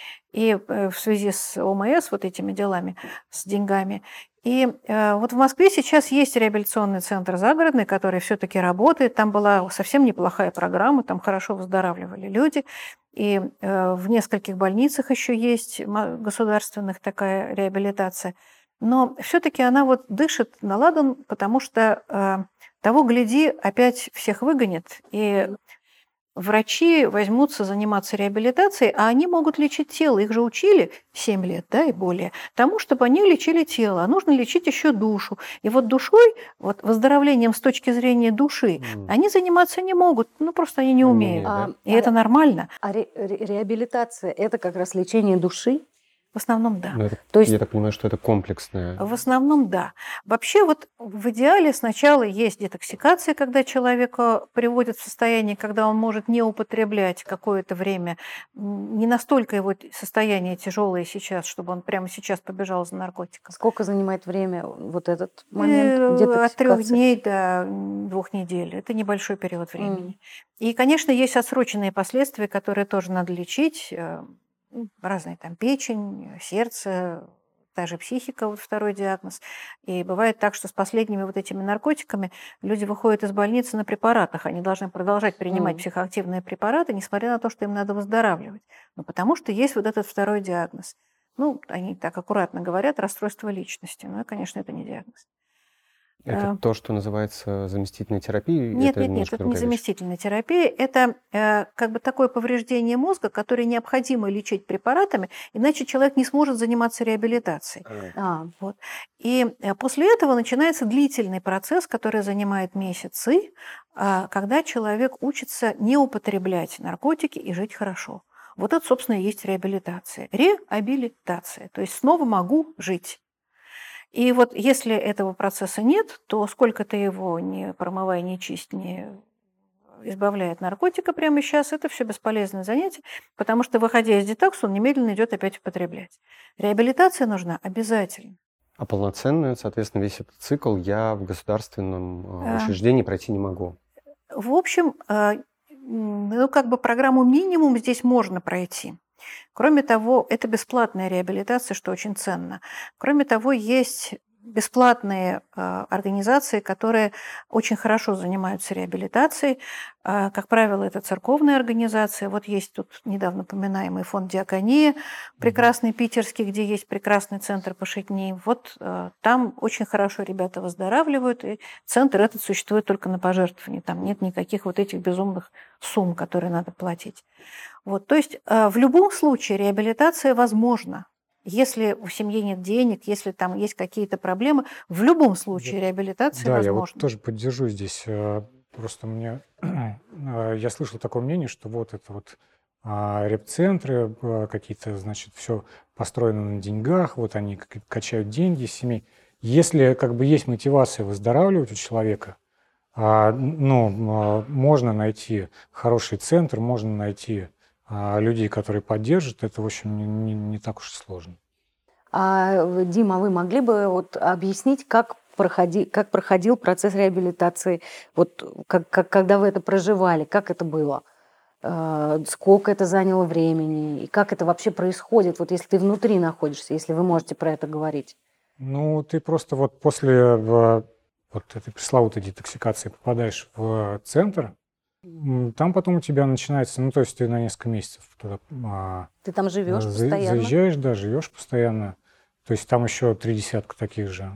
И в связи с ОМС, вот этими делами, с деньгами. И э, вот в Москве сейчас есть реабилитационный центр загородный, который все-таки работает. Там была совсем неплохая программа, там хорошо выздоравливали люди. И э, в нескольких больницах еще есть государственных такая реабилитация. Но все-таки она вот дышит на ладан, потому что э, того, гляди, опять всех выгонят, и врачи возьмутся заниматься реабилитацией, а они могут лечить тело. Их же учили семь лет, да, и более, тому, чтобы они лечили тело. А нужно лечить еще душу. И вот душой, вот выздоровлением с точки зрения души, mm. они заниматься не могут, ну просто они не они умеют. Не умеют, да? И а, это нормально. А ре- ре- реабилитация – это как раз лечение души? В основном, да. Это, То есть, я так понимаю, что это комплексное. В основном, да. Вообще, вот в идеале сначала есть детоксикация, когда человека приводят в состояние, когда он может не употреблять какое-то время. Не настолько его состояние тяжелое сейчас, чтобы он прямо сейчас побежал за наркотиком. Сколько занимает время вот этот момент детоксикации? От трех дней до двух недель. Это небольшой период времени. Mm. И, конечно, есть отсроченные последствия, которые тоже надо лечить. Разные там печень, сердце, та же психика, вот второй диагноз. И бывает так, что с последними вот этими наркотиками люди выходят из больницы на препаратах. Они должны продолжать принимать mm. психоактивные препараты, несмотря на то, что им надо выздоравливать. Но потому что есть вот этот второй диагноз. Ну, они так аккуратно говорят, расстройство личности. Но, конечно, это не диагноз. Это а, то, что называется заместительной терапией? Нет, это нет, нет, это не заместительная терапия. Это э, как бы такое повреждение мозга, которое необходимо лечить препаратами, иначе человек не сможет заниматься реабилитацией. А, вот. И э, после этого начинается длительный процесс, который занимает месяцы, э, когда человек учится не употреблять наркотики и жить хорошо. Вот это, собственно, и есть реабилитация. Реабилитация. То есть снова могу жить. И вот если этого процесса нет, то сколько ты его не промывай, не чисть, не избавляет от наркотика прямо сейчас, это все бесполезное занятие, потому что, выходя из детокса, он немедленно идет опять употреблять. Реабилитация нужна обязательно. А полноценную, соответственно, весь этот цикл я в государственном э, А. учреждении пройти не могу. В общем, э, ну, как бы программу минимум здесь можно пройти. Кроме того, это бесплатная реабилитация, что очень ценно. Кроме того, есть бесплатные э, организации, которые очень хорошо занимаются реабилитацией. Э, как правило, это церковные организации. Вот есть тут недавно упоминаемый фонд «Диакония», прекрасный питерский, где есть прекрасный центр Пашетни. Вот э, там очень хорошо ребята выздоравливают, и центр этот существует только на пожертвовании. Там нет никаких вот этих безумных сумм, которые надо платить. Вот, то есть э, в любом случае реабилитация возможна. Если в семье нет денег, если там есть какие-то проблемы, в любом случае реабилитация Да, я возможна. вот тоже поддержу здесь. э, Просто мне э, я слышал такое мнение, что вот это вот а, реп-центры э, какие-то, значит, все построено на деньгах, вот они как- качают деньги из семей. Если как бы есть мотивация выздоравливать у человека, а, ну, а, можно найти хороший центр, можно найти а, людей, которые поддержат, это, в общем, не, не- не так уж и сложно. А, в- Дима, вы могли бы вот объяснить, как, проходи, как проходил процесс реабилитации, вот как, как- когда вы это проживали, как это было? Э, Сколько это заняло времени? И как это вообще происходит, вот если ты внутри находишься, если вы можете про это говорить? Ну, ты просто вот после э, вот этой пресловутой детоксикации попадаешь в центр, м, там потом у тебя начинается, ну, то есть ты на несколько месяцев туда а, Ты там живешь за- постоянно? заезжаешь, да, живешь постоянно. То есть там еще три десятка таких же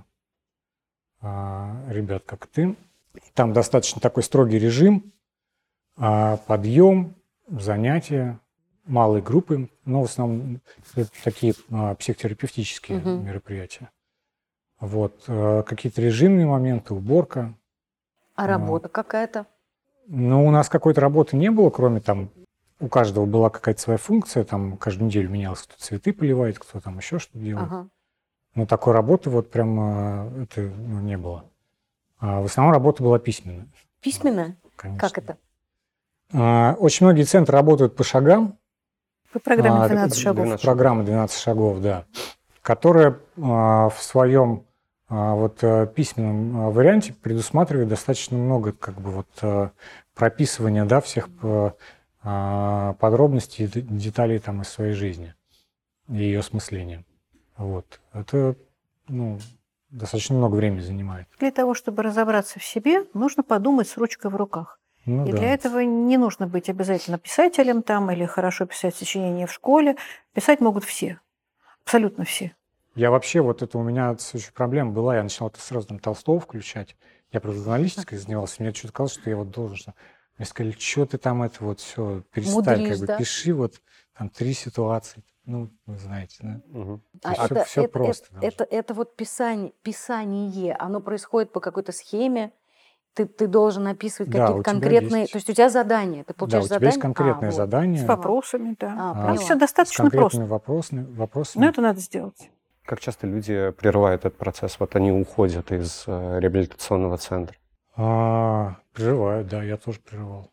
а, ребят, как ты. Там достаточно такой строгий режим, а, подъем, занятия, малые группы, но в основном это такие а, психотерапевтические Мгм. мероприятия. Вот. э, Какие-то режимные моменты, уборка. А А, работа какая-то? Ну, у нас какой-то работы не было, кроме там, у каждого была какая-то своя функция, там каждую неделю менялось, кто цветы поливает, кто там еще что-то делает. Ага. Но такой работы вот прям э, это ну, не было. А в основном работа была письменная, Письменная? конечно. Как это? А, Очень многие центры работают по шагам. По программе А, двенадцать шагов. двенадцать Программа двенадцать шагов, да, которая а, в своем а, вот а, письменном а, варианте предусматривает достаточно много как бы вот а, прописывания, да, всех а, а, подробностей, д- деталей там из своей жизни и ее осмысления. Вот. Это, ну, достаточно много времени занимает. Для того, чтобы разобраться в себе, нужно подумать с ручкой в руках. Ну, И да. для этого не нужно быть обязательно писателем там или хорошо писать сочинения в школе. Писать могут все, абсолютно все. Я вообще, вот это у меня следующая проблема была, я начинал это сразу там Толстого включать. Я просто журналистикой занимался, мне что-то казалось, что я вот должен. что- Мне сказали, что ты там это вот все, перестань, Мудришь, как бы да? пиши вот там три ситуации. Ну, вы знаете, да? Мгм. А всё- это, всё это, просто это, должно. это, это вот писание, писание, оно происходит по какой-то схеме, ты, ты должен описывать Да, какие-то у тебя конкретные... есть. То есть у тебя задание, ты Да, получаешь у тебя задание? есть конкретное А, вот. С задание вопросами, да. А, а, Ну, поняла. все с достаточно конкретными просто. вопросами, вопросами. Но это надо сделать. Как часто люди прерывают этот процесс? Вот они уходят из э, реабилитационного центра. А, прерывают, да, я тоже прерывал.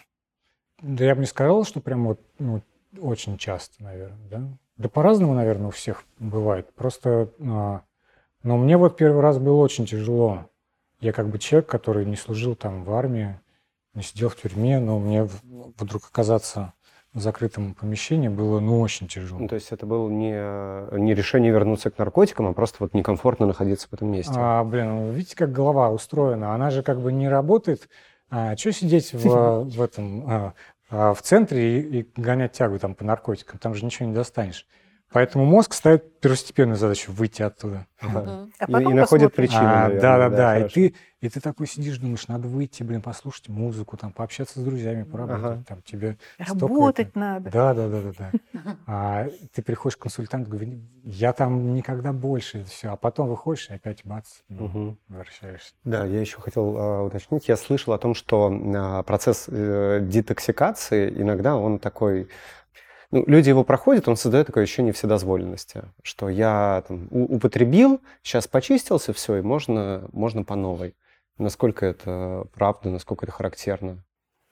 Да я бы не сказал, что прям вот ну, очень часто, наверное, да. Да по-разному, наверное, у всех бывает. Просто, а, но мне вот первый раз было очень тяжело. Я как бы человек, который не служил там в армии, не сидел в тюрьме, но мне в- вдруг оказаться в закрытом помещении было, ну, очень тяжело. Ну, то есть это было не, не решение вернуться к наркотикам, а просто вот некомфортно находиться в этом месте. А, блин, ну, видите, как голова устроена? Она же как бы не работает. А, что сидеть в, в этом а, а, в центре и, и гонять тягу там по наркотикам? Там же ничего не достанешь. Поэтому мозг ставит первостепенную задачу выйти оттуда. Ага. Мгм. А И- потом и находят посмотрим. причины, А, наверное. да, да, да. И хорошо. ты, и ты такой сидишь, думаешь, надо выйти, блин, послушать музыку, там, пообщаться с друзьями, поработать. Ага. Там, тебе столько Работать это- надо. Да, да, да, да, да. А ты приходишь к консультанту, говоришь, я там никогда больше, все. А потом выходишь и опять бац, ну, Мгм. возвращаешься. Да, я еще хотел а, уточнить. Я слышал о том, что а, процесс э, детоксикации иногда он такой... Ну, люди его проходят, он создает такое ощущение вседозволенности, что я там, у- употребил, сейчас почистился, все, и можно, можно по новой. Насколько это правда, насколько это характерно?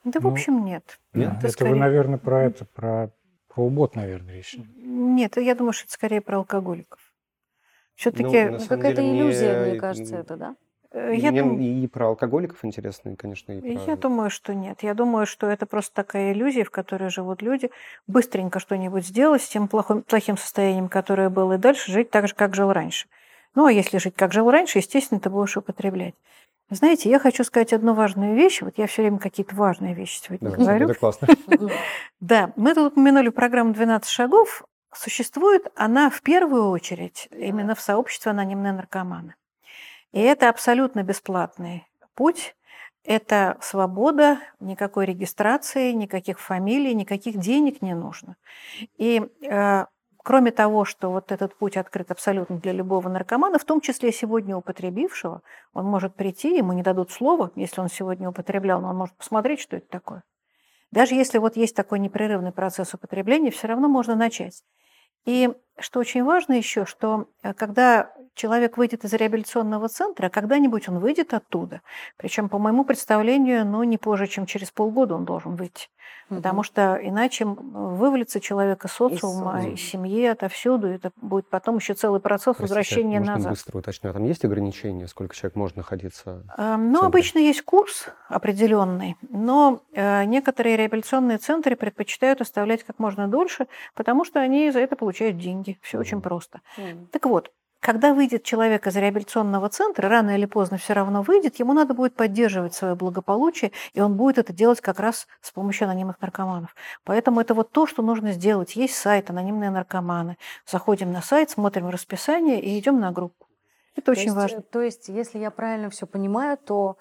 Да, в Ну, общем, нет. Нет? это скорее- вы, наверное, про это, про, про убот, наверное, речь. Нет, я думаю, что это скорее про алкоголиков. Ну, Все-таки на Ну, самом какая-то деле, иллюзия, мне мне, кажется, м, это, да? я мне думаю, и про алкоголиков интересно, и, конечно, и Я про... думаю, что нет. Я думаю, что это просто такая иллюзия, в которой живут люди. Быстренько что-нибудь сделать с тем плохим, плохим состоянием, которое было, и дальше жить так же, как жил раньше. Ну, а если жить, как жил раньше, естественно, ты будешь употреблять. Знаете, я хочу сказать одну важную вещь. Вот я все время какие-то важные вещи сегодня Давайте, говорю. это классно. Мгм. Да, мы тут упомянули программу «двенадцать шагов». Существует она в первую очередь именно в сообществе анонимные наркоманы. И это абсолютно бесплатный путь. Это свобода, никакой регистрации, никаких фамилий, никаких денег не нужно. И э, кроме того, что вот этот путь открыт абсолютно для любого наркомана, в том числе сегодня употребившего, он может прийти, ему не дадут слова, если он сегодня употреблял, но он может посмотреть, что это такое. Даже если вот есть такой непрерывный процесс употребления, все равно можно начать. И что очень важно еще, что э, когда человек выйдет из реабилитационного центра, когда-нибудь он выйдет оттуда. Причем, по моему представлению, ну, не позже, чем через полгода он должен выйти. Потому Мгм. что иначе м, вывалится человек из социума, социума. из семьи, отовсюду. Это будет потом еще целый процесс Простите, возвращения можно назад. быстро уточню? А там есть ограничения, сколько человек может находиться Эм, в Ну, центре? обычно есть курс определенный, но э, некоторые реабилитационные центры предпочитают оставлять как можно дольше, потому что они за это получают деньги. Все очень Мгм. просто. Мгм. Так вот, когда выйдет человек из реабилитационного центра, рано или поздно все равно выйдет, ему надо будет поддерживать свое благополучие, и он будет это делать как раз с помощью анонимных наркоманов. Поэтому это вот то, что нужно сделать. Есть сайт «Анонимные наркоманы». Заходим на сайт, смотрим расписание и идем на группу. Это То очень есть, важно. э, то есть, если я правильно все понимаю, то,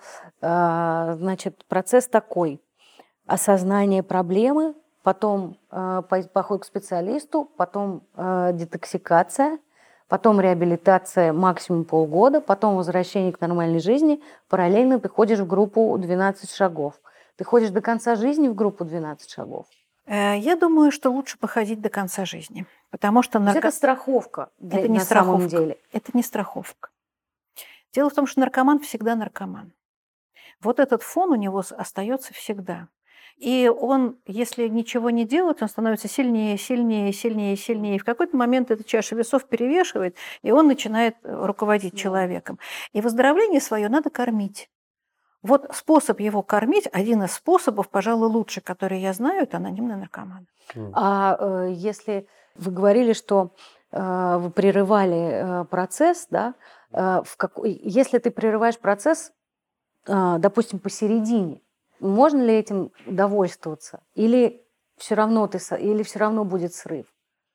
э, значит, процесс такой: осознание проблемы, потом э, пой- поход к специалисту, потом э, детоксикация, потом реабилитация максимум полгода, потом возвращение к нормальной жизни. Параллельно ты ходишь в группу двенадцать шагов. Ты ходишь до конца жизни в группу двенадцать шагов. Э, Я думаю, что лучше походить до конца жизни, потому что То есть нарко... это страховка для- это не на самом страховка. деле. Это не страховка. Дело в том, что наркоман всегда наркоман. Вот этот фон у него с- остается всегда. И он, если ничего не делать, он становится сильнее, сильнее, сильнее, сильнее. И в какой-то момент эта чаша весов перевешивает, и он начинает э, руководить Да. человеком. И выздоровление свое надо кормить. Вот способ его кормить, один из способов, пожалуй, лучше, который я знаю, это анонимный наркоман. М. А э, если вы говорили, что э, вы прерывали э, процесс, да, э, в какой, если ты прерываешь процесс, э, допустим, посередине, можно ли этим довольствоваться? Или все равно ты, со- или все равно будет срыв?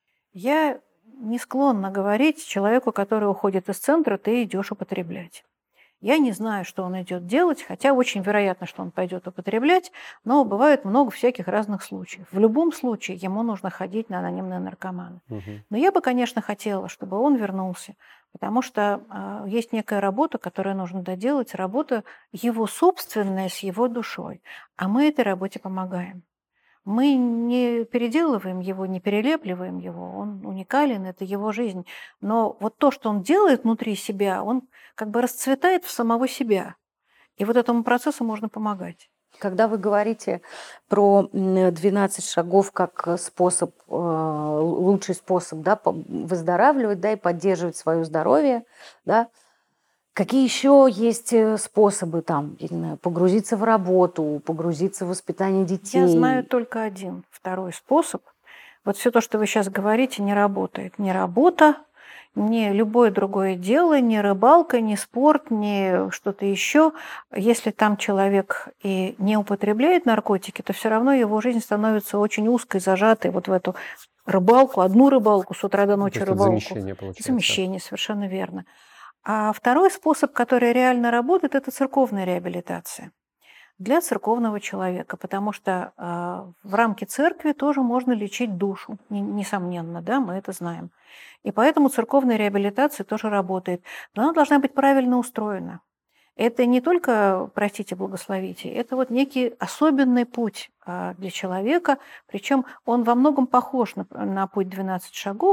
Я не склонна говорить человеку, который уходит из центра, ты идешь употреблять. Я не знаю, что он идет делать, хотя очень вероятно, что он пойдет употреблять, но бывает много всяких разных случаев. В любом случае ему нужно ходить на анонимные наркоманы. Мгм. Но я бы, конечно, хотела, чтобы он вернулся, потому что э, есть некая работа, которую нужно доделать, работа его собственная с его душой, а мы этой работе помогаем. Мы не переделываем его, не перелепливаем его, он уникален, это его жизнь. Но вот то, что он делает внутри себя, он как бы расцветает в самого себя. И вот этому процессу можно помогать. Когда вы говорите про м, двенадцать шагов как э, способ, э, лучший способ, да, по- выздоравливать, да, и поддерживать свое здоровье, да, какие еще есть э, способы там, я не знаю, погрузиться в работу, погрузиться в воспитание детей? Я знаю только один, второй способ. Вот все то, что вы сейчас говорите, не работает. Ни работа, ни любое другое дело, ни рыбалка, ни спорт, ни что-то еще. Если там человек и не употребляет наркотики, то все равно его жизнь становится очень узкой, зажатой вот в эту рыбалку, одну рыбалку с утра до Ну, ночи то есть это рыбалку. замещение получается. Замещение, совершенно верно. А второй способ, который реально работает, это церковная реабилитация для церковного человека, потому что э, в рамке церкви тоже можно лечить душу, не- несомненно, да, мы это знаем. И поэтому церковная реабилитация тоже работает. Но она должна быть правильно устроена. Это не только, простите, благословите, это вот некий особенный путь а, для человека, причем он во многом похож на, на путь двенадцать шагов,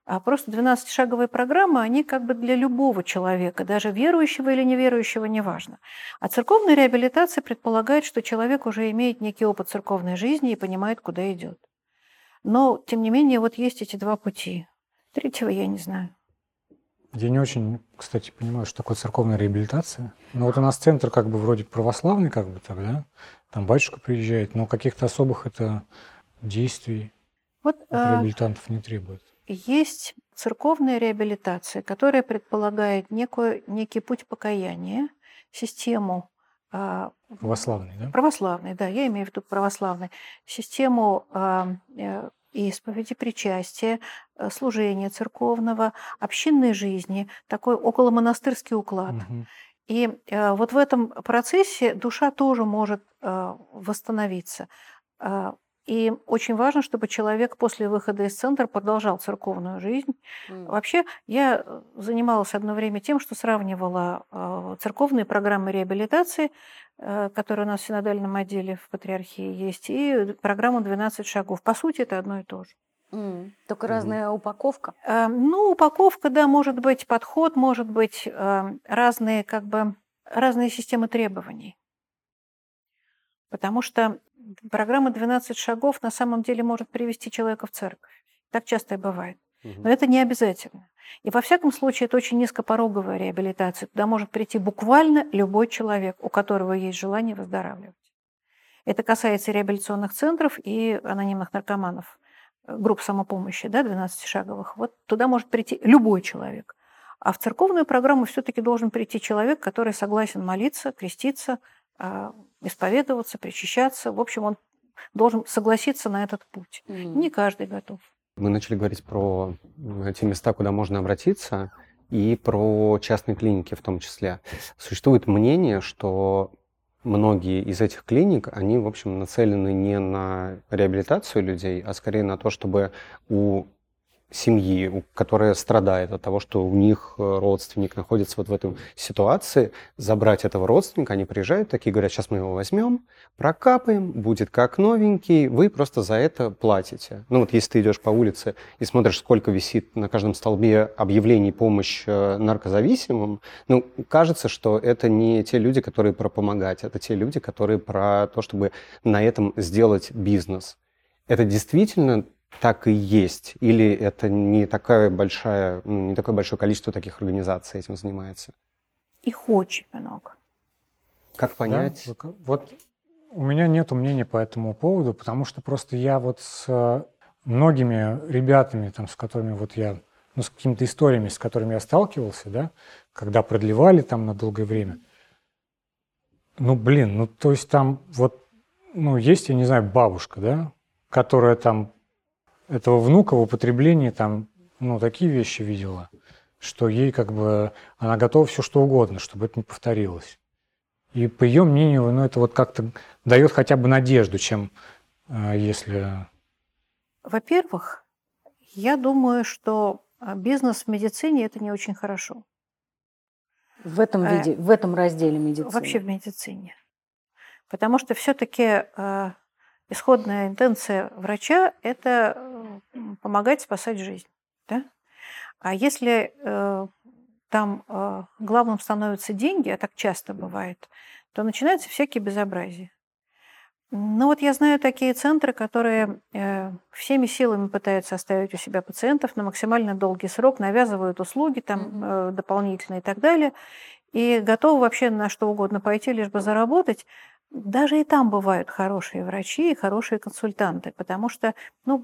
А просто двенадцатишаговые программы, они как бы для любого человека, даже верующего или неверующего, неважно. А церковная реабилитация предполагает, что человек уже имеет некий опыт церковной жизни и понимает, куда идет. Но, тем не менее, вот есть эти два пути. Третьего я не знаю. Я не очень, кстати, понимаю, что такое церковная реабилитация. Но вот у нас центр как бы вроде православный, как бы так, да? Там батюшка приезжает, но каких-то особых это действий Вот, от э, реабилитантов не требует. есть церковная реабилитация, которая предполагает некую, некий путь покаяния, систему а, Православный, да? православной, да, я имею в виду православной, систему а, э, исповеди, причастия, э, служения церковного, общинной жизни, такой околомонастырский уклад. Мгм. И э, вот в этом процессе душа тоже может э, восстановиться. Э, И очень важно, чтобы человек после выхода из центра продолжал церковную жизнь. М. Вообще, я э, занималась одно время тем, что сравнивала э, церковные программы реабилитации, э, которые у нас в синодальном отделе в Патриархии есть, и программу «двенадцать шагов». По сути, это одно и то же. М. Только Мгм. разная упаковка. Э, Ну, упаковка, да, может быть, подход, может быть, э, разные, как бы, разные системы требований. Потому что программа «двенадцать шагов» на самом деле может привести человека в церковь. Так часто и бывает. Но Мгм. это не обязательно. И во всяком случае, это очень низкопороговая реабилитация. Туда может прийти буквально любой человек, у которого есть желание выздоравливать. Это касается и реабилитационных центров, и анонимных наркоманов, э, групп самопомощи, да, двенадцатишаговых. Вот туда может прийти любой человек. А в церковную программу все-таки должен прийти человек, который согласен молиться, креститься, а, исповедоваться, причащаться. В общем, он должен согласиться на этот путь. М. Не каждый готов. Мы начали говорить про м, те места, куда можно обратиться, и про частные клиники в том числе. Существует мнение, что многие из этих клиник, они, в общем, нацелены не на реабилитацию людей, а скорее на то, чтобы у семьи, у- которая страдает от того, что у них э, родственник находится вот в этой ситуации, забрать этого родственника, они приезжают, такие говорят, сейчас мы его возьмем, прокапаем, будет как новенький, вы просто за это платите. Ну вот если ты идешь по улице и смотришь, сколько висит на каждом столбе объявлений помощь э, наркозависимым, ну, кажется, что это не те люди, которые про помогать, это те люди, которые про то, чтобы на этом сделать бизнес. Это действительно так и есть? Или это не такая большая, ну, не такое большое количество таких организаций этим занимается? Их очень много. Как Да, понять? вот как- вот у меня нет мнения по этому поводу, потому что просто я вот с э, многими ребятами, там, с которыми вот я, ну, с какими-то историями, с которыми я сталкивался, да, когда продлевали там на долгое время, ну, блин, ну, то есть там вот, ну, есть, я не знаю, бабушка, да, которая там этого внука в употреблении там, ну, такие вещи видела, что ей как бы, она готова все что угодно, чтобы это не повторилось. И по ее мнению, ну, это вот как-то дает хотя бы надежду, чем э, если... Во-первых, я думаю, что а, бизнес в медицине – это не очень хорошо. В этом Э, виде, в этом разделе медицины. Вообще в медицине. Потому что все-таки исходная интенция врача – это э, м, помогать спасать жизнь. Да? А если э, там э, главным становятся деньги, а так часто бывает, то начинаются всякие безобразия. Ну вот я знаю такие центры, которые э, всеми силами пытаются оставить у себя пациентов на максимально долгий срок, навязывают услуги там Мгм. э, дополнительные и так далее, и готовы вообще на что угодно пойти, лишь бы заработать. Даже и там бывают хорошие врачи и хорошие консультанты, потому что, ну,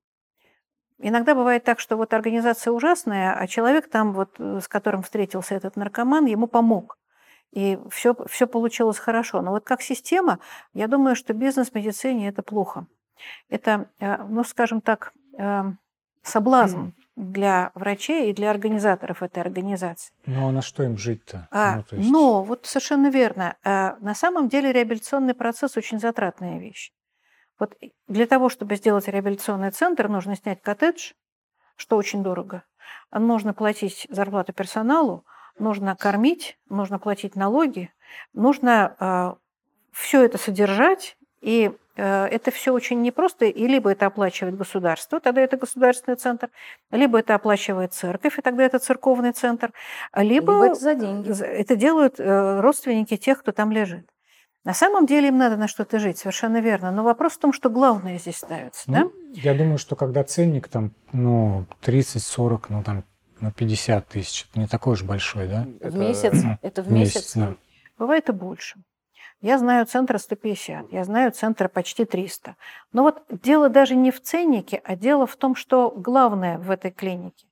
иногда бывает так, что вот организация ужасная, а человек там, вот, э, с которым встретился этот наркоман, ему помог. И все, все получилось хорошо. Но вот как система, я думаю, что бизнес в медицине – это плохо. Это, э, ну, скажем так, э, соблазн для врачей и для организаторов этой организации. Ну, а на что им жить-то? А, Ну, то есть... но вот совершенно верно. А, на самом деле реабилитационный процесс очень затратная вещь. Вот и для того, чтобы сделать реабилитационный центр, нужно снять коттедж, что очень дорого. Нужно платить зарплату персоналу, нужно кормить, нужно платить налоги, нужно все это содержать И э, это все очень непросто, и либо это оплачивает государство, тогда это государственный центр, либо это оплачивает церковь, и тогда это церковный центр, либо, Либо это за деньги. это делают э, родственники тех, кто там лежит. На самом деле им надо на что-то жить, совершенно верно. Но вопрос в том, что главное здесь ставится. Ну, да? Я думаю, что когда ценник там, ну, тридцать-сорок, ну, там, ну, пятьдесят тысяч, это не такой уж большой, да? В Это- месяц? Это в Месяц, месяц? да. Бывает и больше. Я знаю центра сто пятьдесят, я знаю центра почти триста. Но вот дело даже не в ценнике, а дело в том, что главное в этой клинике.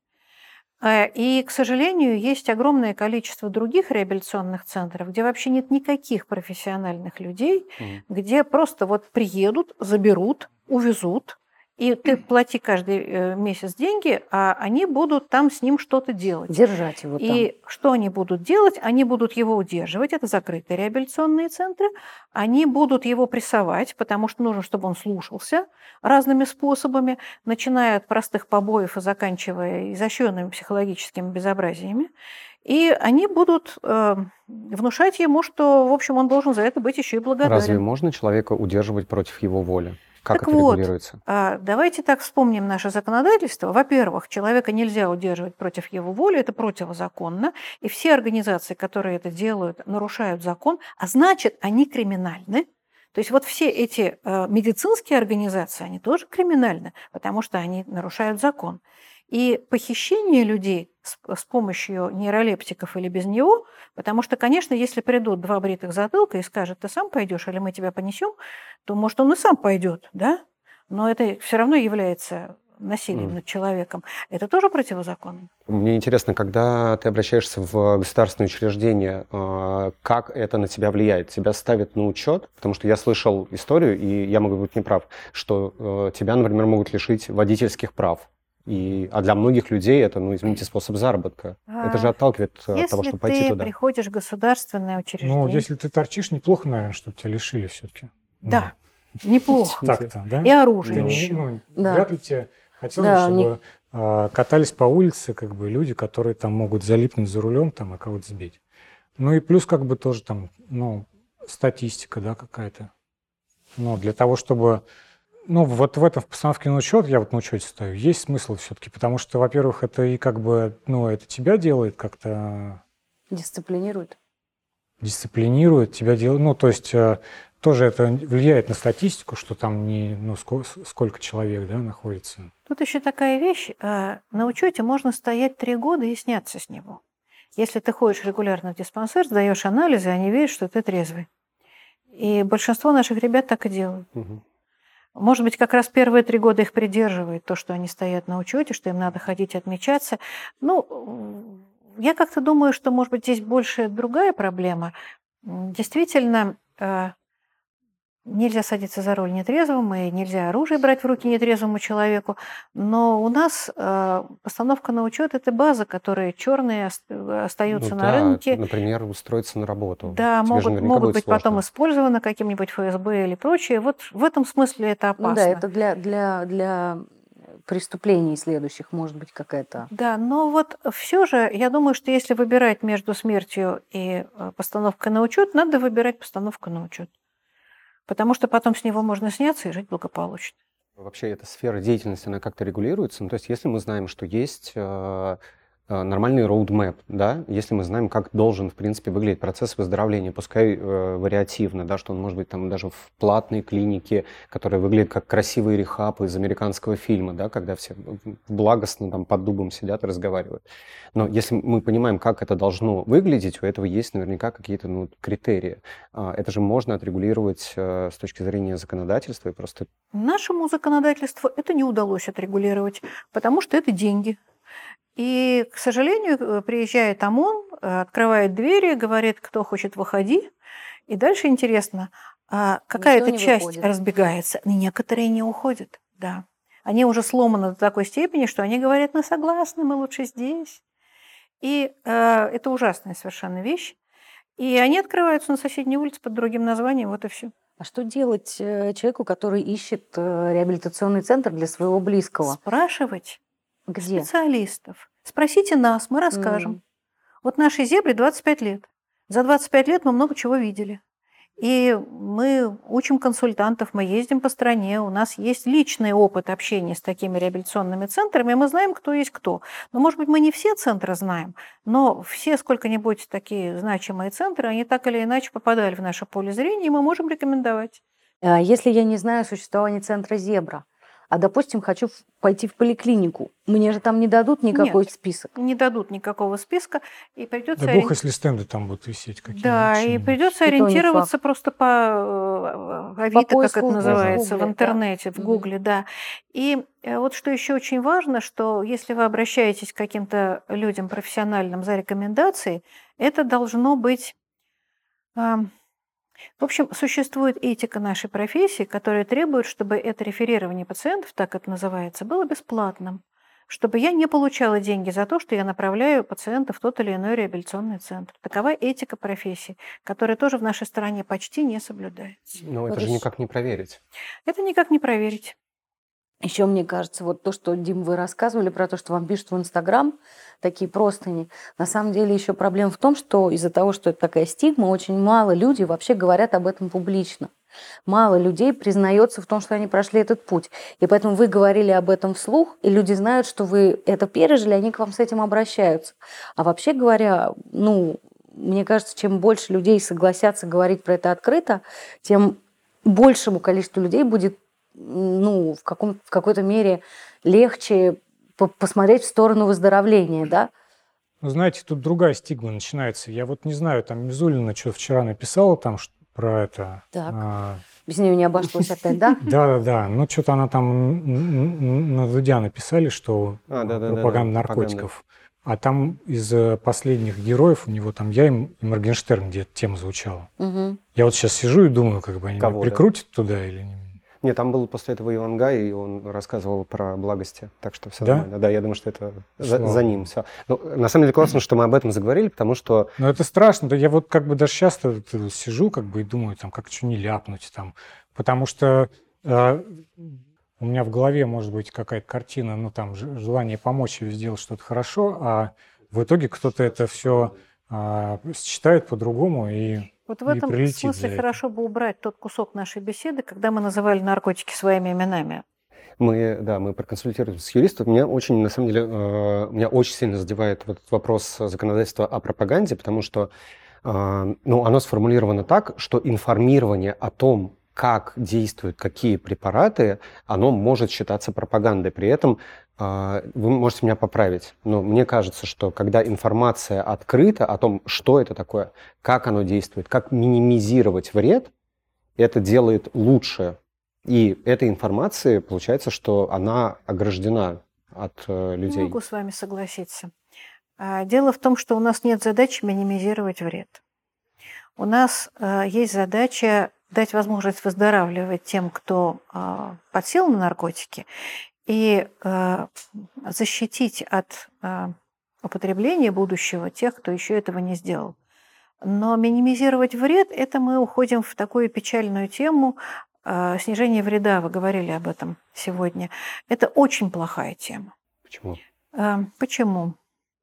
Э, И, к сожалению, есть огромное количество других реабилитационных центров, где вообще нет никаких профессиональных людей, Мгм. где просто вот приедут, заберут, увезут, и ты плати каждый э, месяц деньги, а они будут там с ним что-то делать. Держать его там. И что они будут делать? Они будут его удерживать, это закрытые реабилитационные центры, они будут его прессовать, потому что нужно, чтобы он слушался разными способами, начиная от простых побоев и заканчивая изощренными психологическими безобразиями. И они будут э, внушать ему, что, в общем, он должен за это быть еще и благодарен. Разве можно человека удерживать против его воли? Как Так это вот, регулируется? А, Давайте так вспомним наше законодательство. Во-первых, человека нельзя удерживать против его воли, это противозаконно, и все организации, которые это делают, нарушают закон, а значит, они криминальны. То есть вот все эти э, медицинские организации, они тоже криминальны, потому что они нарушают закон. И похищение людей с, с помощью нейролептиков или без него, потому что, конечно, если придут два бритых затылка и скажут, ты сам пойдешь или мы тебя понесем, то, может, он и сам пойдет, да? Но это все равно является насилием Мгм. над человеком. Это тоже противозаконно. Мне интересно, когда ты обращаешься в государственное учреждение, э, как это на тебя влияет? Тебя ставят на учет? Потому что я слышал историю, и я могу быть неправ, что э, тебя, например, могут лишить водительских прав. И, а для многих людей это, ну, извините, способ заработка. Это же А, отталкивает от того, Если чтобы пойти ты туда. приходишь в государственное учреждение, Ну, если ты торчишь, неплохо, наверное, чтобы тебя лишили все-таки. да, неплохо. Так-то, да? И оружие Ну, еще. ну, Да. Вряд ли тебе хотелось, Да, чтобы не- а, катались по улице как бы люди, которые там могут залипнуть за рулем там, и кого-то сбить. Ну и плюс как бы тоже там, ну, статистика, да, какая-то. Но для того, чтобы... Ну, вот в этом в постановке на учет, я вот на учете стою, есть смысл все-таки, потому что, во-первых, это и как бы, ну, это тебя делает как-то, Дисциплинирует. дисциплинирует, тебя делает, ну, то есть э, тоже это влияет на статистику, что там не, ну, сколько, сколько человек, да, находится. Тут еще такая вещь. э, На учете можно стоять три года и сняться с него. Если ты ходишь регулярно в диспансер, сдаешь анализы, они видят, что ты трезвый. И большинство наших ребят так и делают. Мгм. Может быть, как раз первые три года их придерживает то, что они стоят на учете, что им надо ходить отмечаться. Ну, я как-то думаю, что, может быть, здесь больше другая проблема. М, Действительно, э, нельзя садиться за руль нетрезвым, и нельзя оружие брать в руки нетрезвому человеку. Но у нас э, постановка на учет – это база, которые черные остаются Ну на да, рынке. например, устроиться на работу. Да, Тебе же могут, наверняка могут будет быть потом сложно. использованы каким-нибудь эф эс бэ или прочее. Вот в этом смысле это опасно. Ну да, это для, для, для преступлений следующих может быть какая-то... Да, но вот все же, я думаю, что если выбирать между смертью и э, постановкой на учет, надо выбирать постановку на учет. Потому что потом с него можно сняться и жить благополучно. Вообще эта сфера деятельности, она как-то регулируется? Ну, то есть если мы знаем, что есть э, э, нормальный роудмэп, да, если мы знаем, как должен, в принципе, выглядеть процесс выздоровления, пускай э, вариативно, да, что он может быть там даже в платной клинике, которая выглядит как красивый рехаб из американского фильма, да, когда все благостно там под дубом сидят и разговаривают. Но если мы понимаем, как это должно выглядеть, у этого есть наверняка какие-то, ну, критерии. А, Это же можно отрегулировать э, с точки зрения законодательства и просто... Нашему законодательству это не удалось отрегулировать, потому что это деньги. И, к сожалению, э, приезжает ОМОН, э, открывает двери, говорит, кто хочет, выходи. И дальше интересно, а какая-то не часть выходит. разбегается, и некоторые не уходят. Да. Они уже сломаны до такой степени, что они говорят, мы согласны, мы лучше здесь. И э, это ужасная совершенно вещь. И они открываются на соседней улице под другим названием, вот и все. А что делать э, человеку, который ищет э, реабилитационный центр для своего близкого? Спрашивать Где? специалистов. Спросите нас, мы расскажем. М. Вот нашей зебре двадцать пять лет. За двадцать пять лет мы много чего видели. И мы учим консультантов, мы ездим по стране, у нас есть личный опыт общения с такими реабилитационными центрами, мы знаем, кто есть кто. Но, может быть, мы не все центры знаем, но все сколько-нибудь такие значимые центры, они так или иначе попадали в наше поле зрения, и мы можем рекомендовать. А Если я не знаю существования центра «Зебра», а, допустим, хочу в- пойти в поликлинику, мне же там не дадут никакой Нет. список. Не дадут никакого списка, и придется... Да ори- бог, если стенды там будут висеть какие-нибудь. Да, и что-нибудь. придется Это не ориентироваться просто по э, Авито, как поиску это в называется, в Гугле, да. интернете, в Мгм. Гугле, да. И э, вот что еще очень важно, что если вы обращаетесь к каким-то людям профессиональным за рекомендацией, это должно быть... ам, В общем, существует этика нашей профессии, которая требует, чтобы это реферирование пациентов, так это называется, было бесплатным. Чтобы я не получала деньги за то, что я направляю пациента в тот или иной реабилитационный центр. Такова этика профессии, которая тоже в нашей стране почти не соблюдается. Но это Вот же ещё- никак не проверить. Это никак не проверить. Еще мне кажется, вот то, что, Дим, вы рассказывали про то, что вам пишут в Инстаграм, такие простыни. На самом деле еще проблема в том, что из-за того, что это такая стигма, очень мало людей вообще говорят об этом публично. Мало людей признается в том, что они прошли этот путь. И поэтому вы говорили об этом вслух, и люди знают, что вы это пережили, они к вам с этим обращаются. А вообще говоря, ну, мне кажется, чем больше людей согласятся говорить про это открыто, тем большему количеству людей будет, ну, в, каком, в какой-то мере легче по- посмотреть в сторону выздоровления, да? Ну, знаете, тут другая стигма начинается. Я вот не знаю, там Мизулина что вчера написала там ш- про это. Так. А, Без нее не обошлось опять, да? Да-да-да, ну что-то она там н- н- на Дудя написали, что А, да-да-да-да, пропаганда наркотиков. А там из э, последних героев у него там я и Моргенштерн где-то тема звучала. Мгм. Я вот сейчас сижу и думаю, как бы они меня Кого, да? прикрутят туда или не. Нет, там был после этого Ивангай, и он рассказывал про благости, так что все Да? нормально. Да, я думаю, что это за, Слава за ним все. На самом деле классно, что мы об этом заговорили, потому что Ну, это страшно. Да я вот как бы даже часто сижу как бы и думаю, там, как что не ляпнуть там. Потому что э, у меня в голове может быть какая-то картина, ну, там, ж- желание помочь и сделать что-то хорошо, а в итоге кто-то это все считает по-другому и Вот в И этом прилетит за смысле это. хорошо бы убрать тот кусок нашей беседы, когда мы называли наркотики своими именами. мы, да, мы проконсультировались с юристом. Меня очень, на самом деле, э, меня очень сильно задевает вот этот вопрос законодательства о пропаганде, потому что э, ну, оно сформулировано так, что информирование о том, как действуют какие препараты, оно может считаться пропагандой. При этом э, вы можете меня поправить, но мне кажется, что когда информация открыта о том, что это такое, как оно действует, как минимизировать вред, это делает лучше. И этой информации получается, что она ограждена от э, Не людей. могу с вами согласиться. А, Дело в том, что у нас нет задачи минимизировать вред. У нас э, есть задача дать возможность выздоравливать тем, кто э, подсел на наркотики, и э, защитить от э, употребления будущего тех, кто еще этого не сделал. Но минимизировать вред – это мы уходим в такую печальную тему э, снижения вреда. Вы говорили об этом сегодня. Это очень плохая тема. Почему? Э, Почему?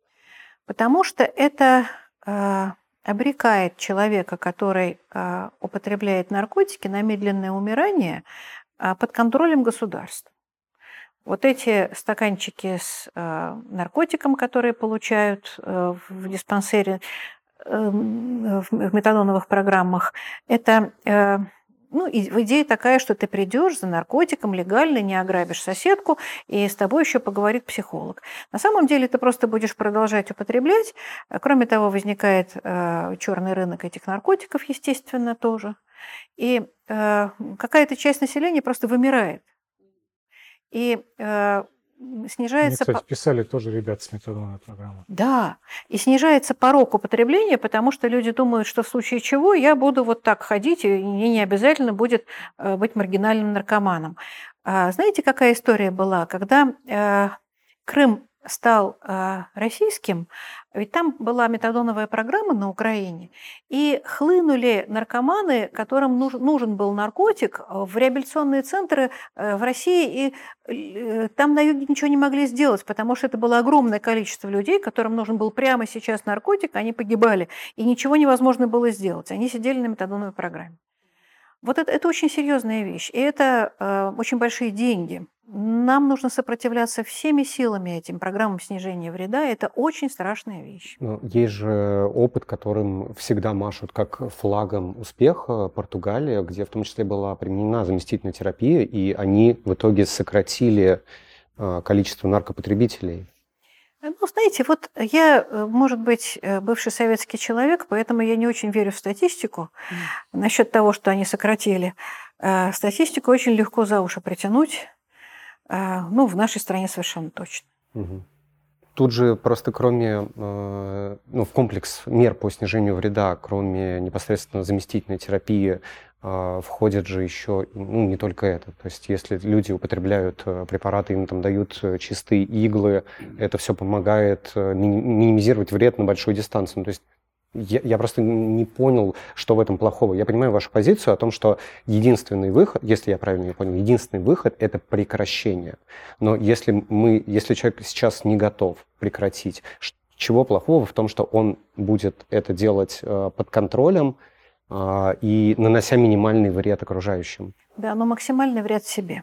Потому что это э, обрекает человека, который э, употребляет наркотики, на медленное умирание э, под контролем государства. Вот эти стаканчики с э, наркотиком, которые получают э, в диспансере, э, в в метадоновых программах, это э, ну, и в идее такая, что ты придешь за наркотиком легально, не ограбишь соседку, и с тобой еще поговорит психолог. На самом деле ты просто будешь продолжать употреблять. Кроме того, возникает э, черный рынок этих наркотиков, естественно, тоже. И э, какая-то часть населения просто вымирает. И э, мне, снижается... кстати, по- писали тоже ребята с метадоновой программы. Да, и снижается порог употребления, потому что люди думают, что в случае чего я буду вот так ходить, и мне не обязательно будет э, быть маргинальным наркоманом. А знаете, какая история была? Когда э, Крым стал э, российским, ведь там была метадоновая программа на Украине, и хлынули наркоманы, которым нуж- нужен был наркотик, э, в реабилитационные центры э, в России, и э, там на юге ничего не могли сделать, потому что это было огромное количество людей, которым нужен был прямо сейчас наркотик, они погибали, и ничего невозможно было сделать. Они сидели на метадоновой программе. Вот это, это очень серьезная вещь, и это э, очень большие деньги. Нам нужно сопротивляться всеми силами этим программам снижения вреда. Это очень страшная вещь. Но есть же опыт, которым всегда машут как флагом успеха Португалия, где в том числе была применена заместительная терапия, и они в итоге сократили э, количество наркопотребителей. Ну, знаете, вот я, может быть, бывший советский человек, поэтому я не очень верю в статистику mm. насчет того, что они сократили. Статистику очень легко за уши притянуть. Ну, в нашей стране совершенно точно. Угу. Тут же просто кроме, ну, в комплекс мер по снижению вреда, кроме непосредственно заместительной терапии, входит же еще, ну, не только это. То есть если люди употребляют препараты, им там дают чистые иглы, это все помогает минимизировать вред на большую дистанцию. То есть я, я просто не понял, что в этом плохого. Я понимаю вашу позицию о том, что единственный выход, если я правильно понял, единственный выход – это прекращение. Но если мы, если человек сейчас не готов прекратить, чего плохого в том, что он будет это делать под контролем, и нанося минимальный вред окружающим? Да, но максимальный вред себе.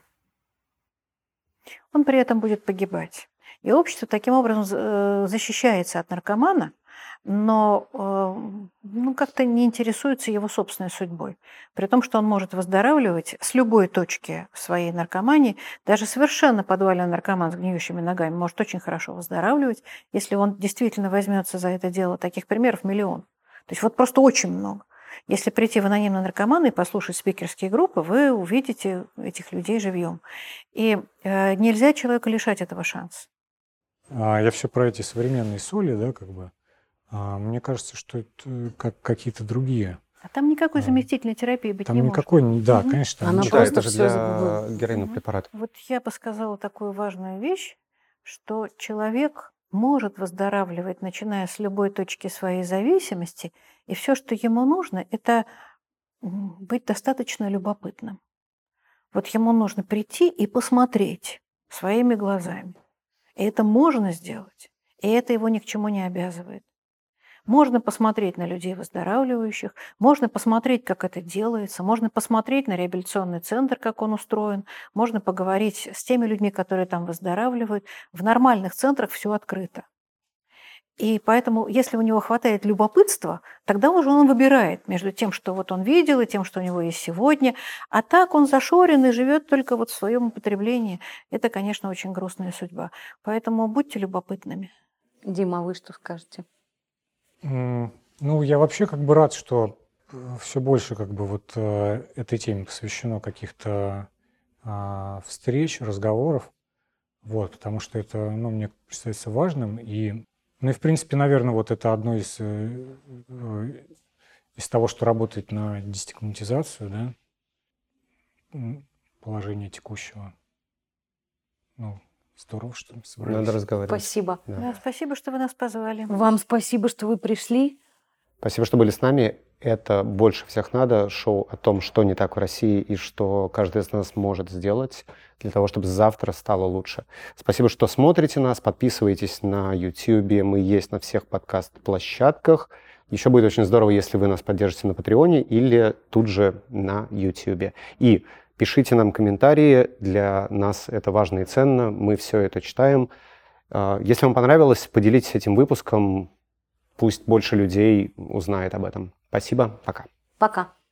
Он при этом будет погибать. И общество таким образом защищается от наркомана, но ну, как-то не интересуется его собственной судьбой. При том, что он может выздоравливать с любой точки своей наркомании. Даже совершенно подвальный наркоман с гниющими ногами может очень хорошо выздоравливать, если он действительно возьмется за это дело. Таких примеров миллион. То есть вот просто очень много. Если прийти в анонимные наркоманы и послушать спикерские группы, вы увидите этих людей живьем. И э, нельзя человека лишать этого шанса. А, я все про эти современные соли, да, как бы. А, мне кажется, что это как какие-то другие. А там никакой заместительной терапии быть там не никакой, может. Да, угу. конечно. Она да, просто это же все для забыла. героиновых угу. препаратов. Вот я бы сказала такую важную вещь, что человек может выздоравливать, начиная с любой точки своей зависимости, и все, что ему нужно, это быть достаточно любопытным. Вот ему нужно прийти и посмотреть своими глазами. И это можно сделать, и это его ни к чему не обязывает. Можно посмотреть на людей выздоравливающих, можно посмотреть, как это делается, можно посмотреть на реабилитационный центр, как он устроен, можно поговорить с теми людьми, которые там выздоравливают. В нормальных центрах все открыто. И поэтому, если у него хватает любопытства, тогда уже он выбирает между тем, что вот он видел, и тем, что у него есть сегодня. А так он зашорен и живет только вот в своем употреблении. Это, конечно, очень грустная судьба. Поэтому будьте любопытными. Дима, а вы что скажете? Mm, ну, я вообще как бы рад, что все больше как бы вот э, этой теме посвящено каких-то э, встреч, разговоров. Вот, потому что это, ну, мне представляется важным. И Ну и, в принципе, наверное, вот это одно из, из того, что работает на дестигматизацию, да, положения текущего. Ну, здорово, что собрались. Надо разговаривать. Спасибо. Да. Да, спасибо, что вы нас позвали. Вам спасибо, что вы пришли. Спасибо, что были с нами. Это «Больше всех надо» — шоу о том, что не так в России и что каждый из нас может сделать для того, чтобы завтра стало лучше. Спасибо, что смотрите нас, подписывайтесь на YouTube, мы есть на всех подкаст-площадках. Еще будет очень здорово, если вы нас поддержите на Патреоне или тут же на YouTube. И пишите нам комментарии, для нас это важно и ценно, мы все это читаем. Если вам понравилось, поделитесь этим выпуском, пусть больше людей узнает об этом. Спасибо, пока. Пока.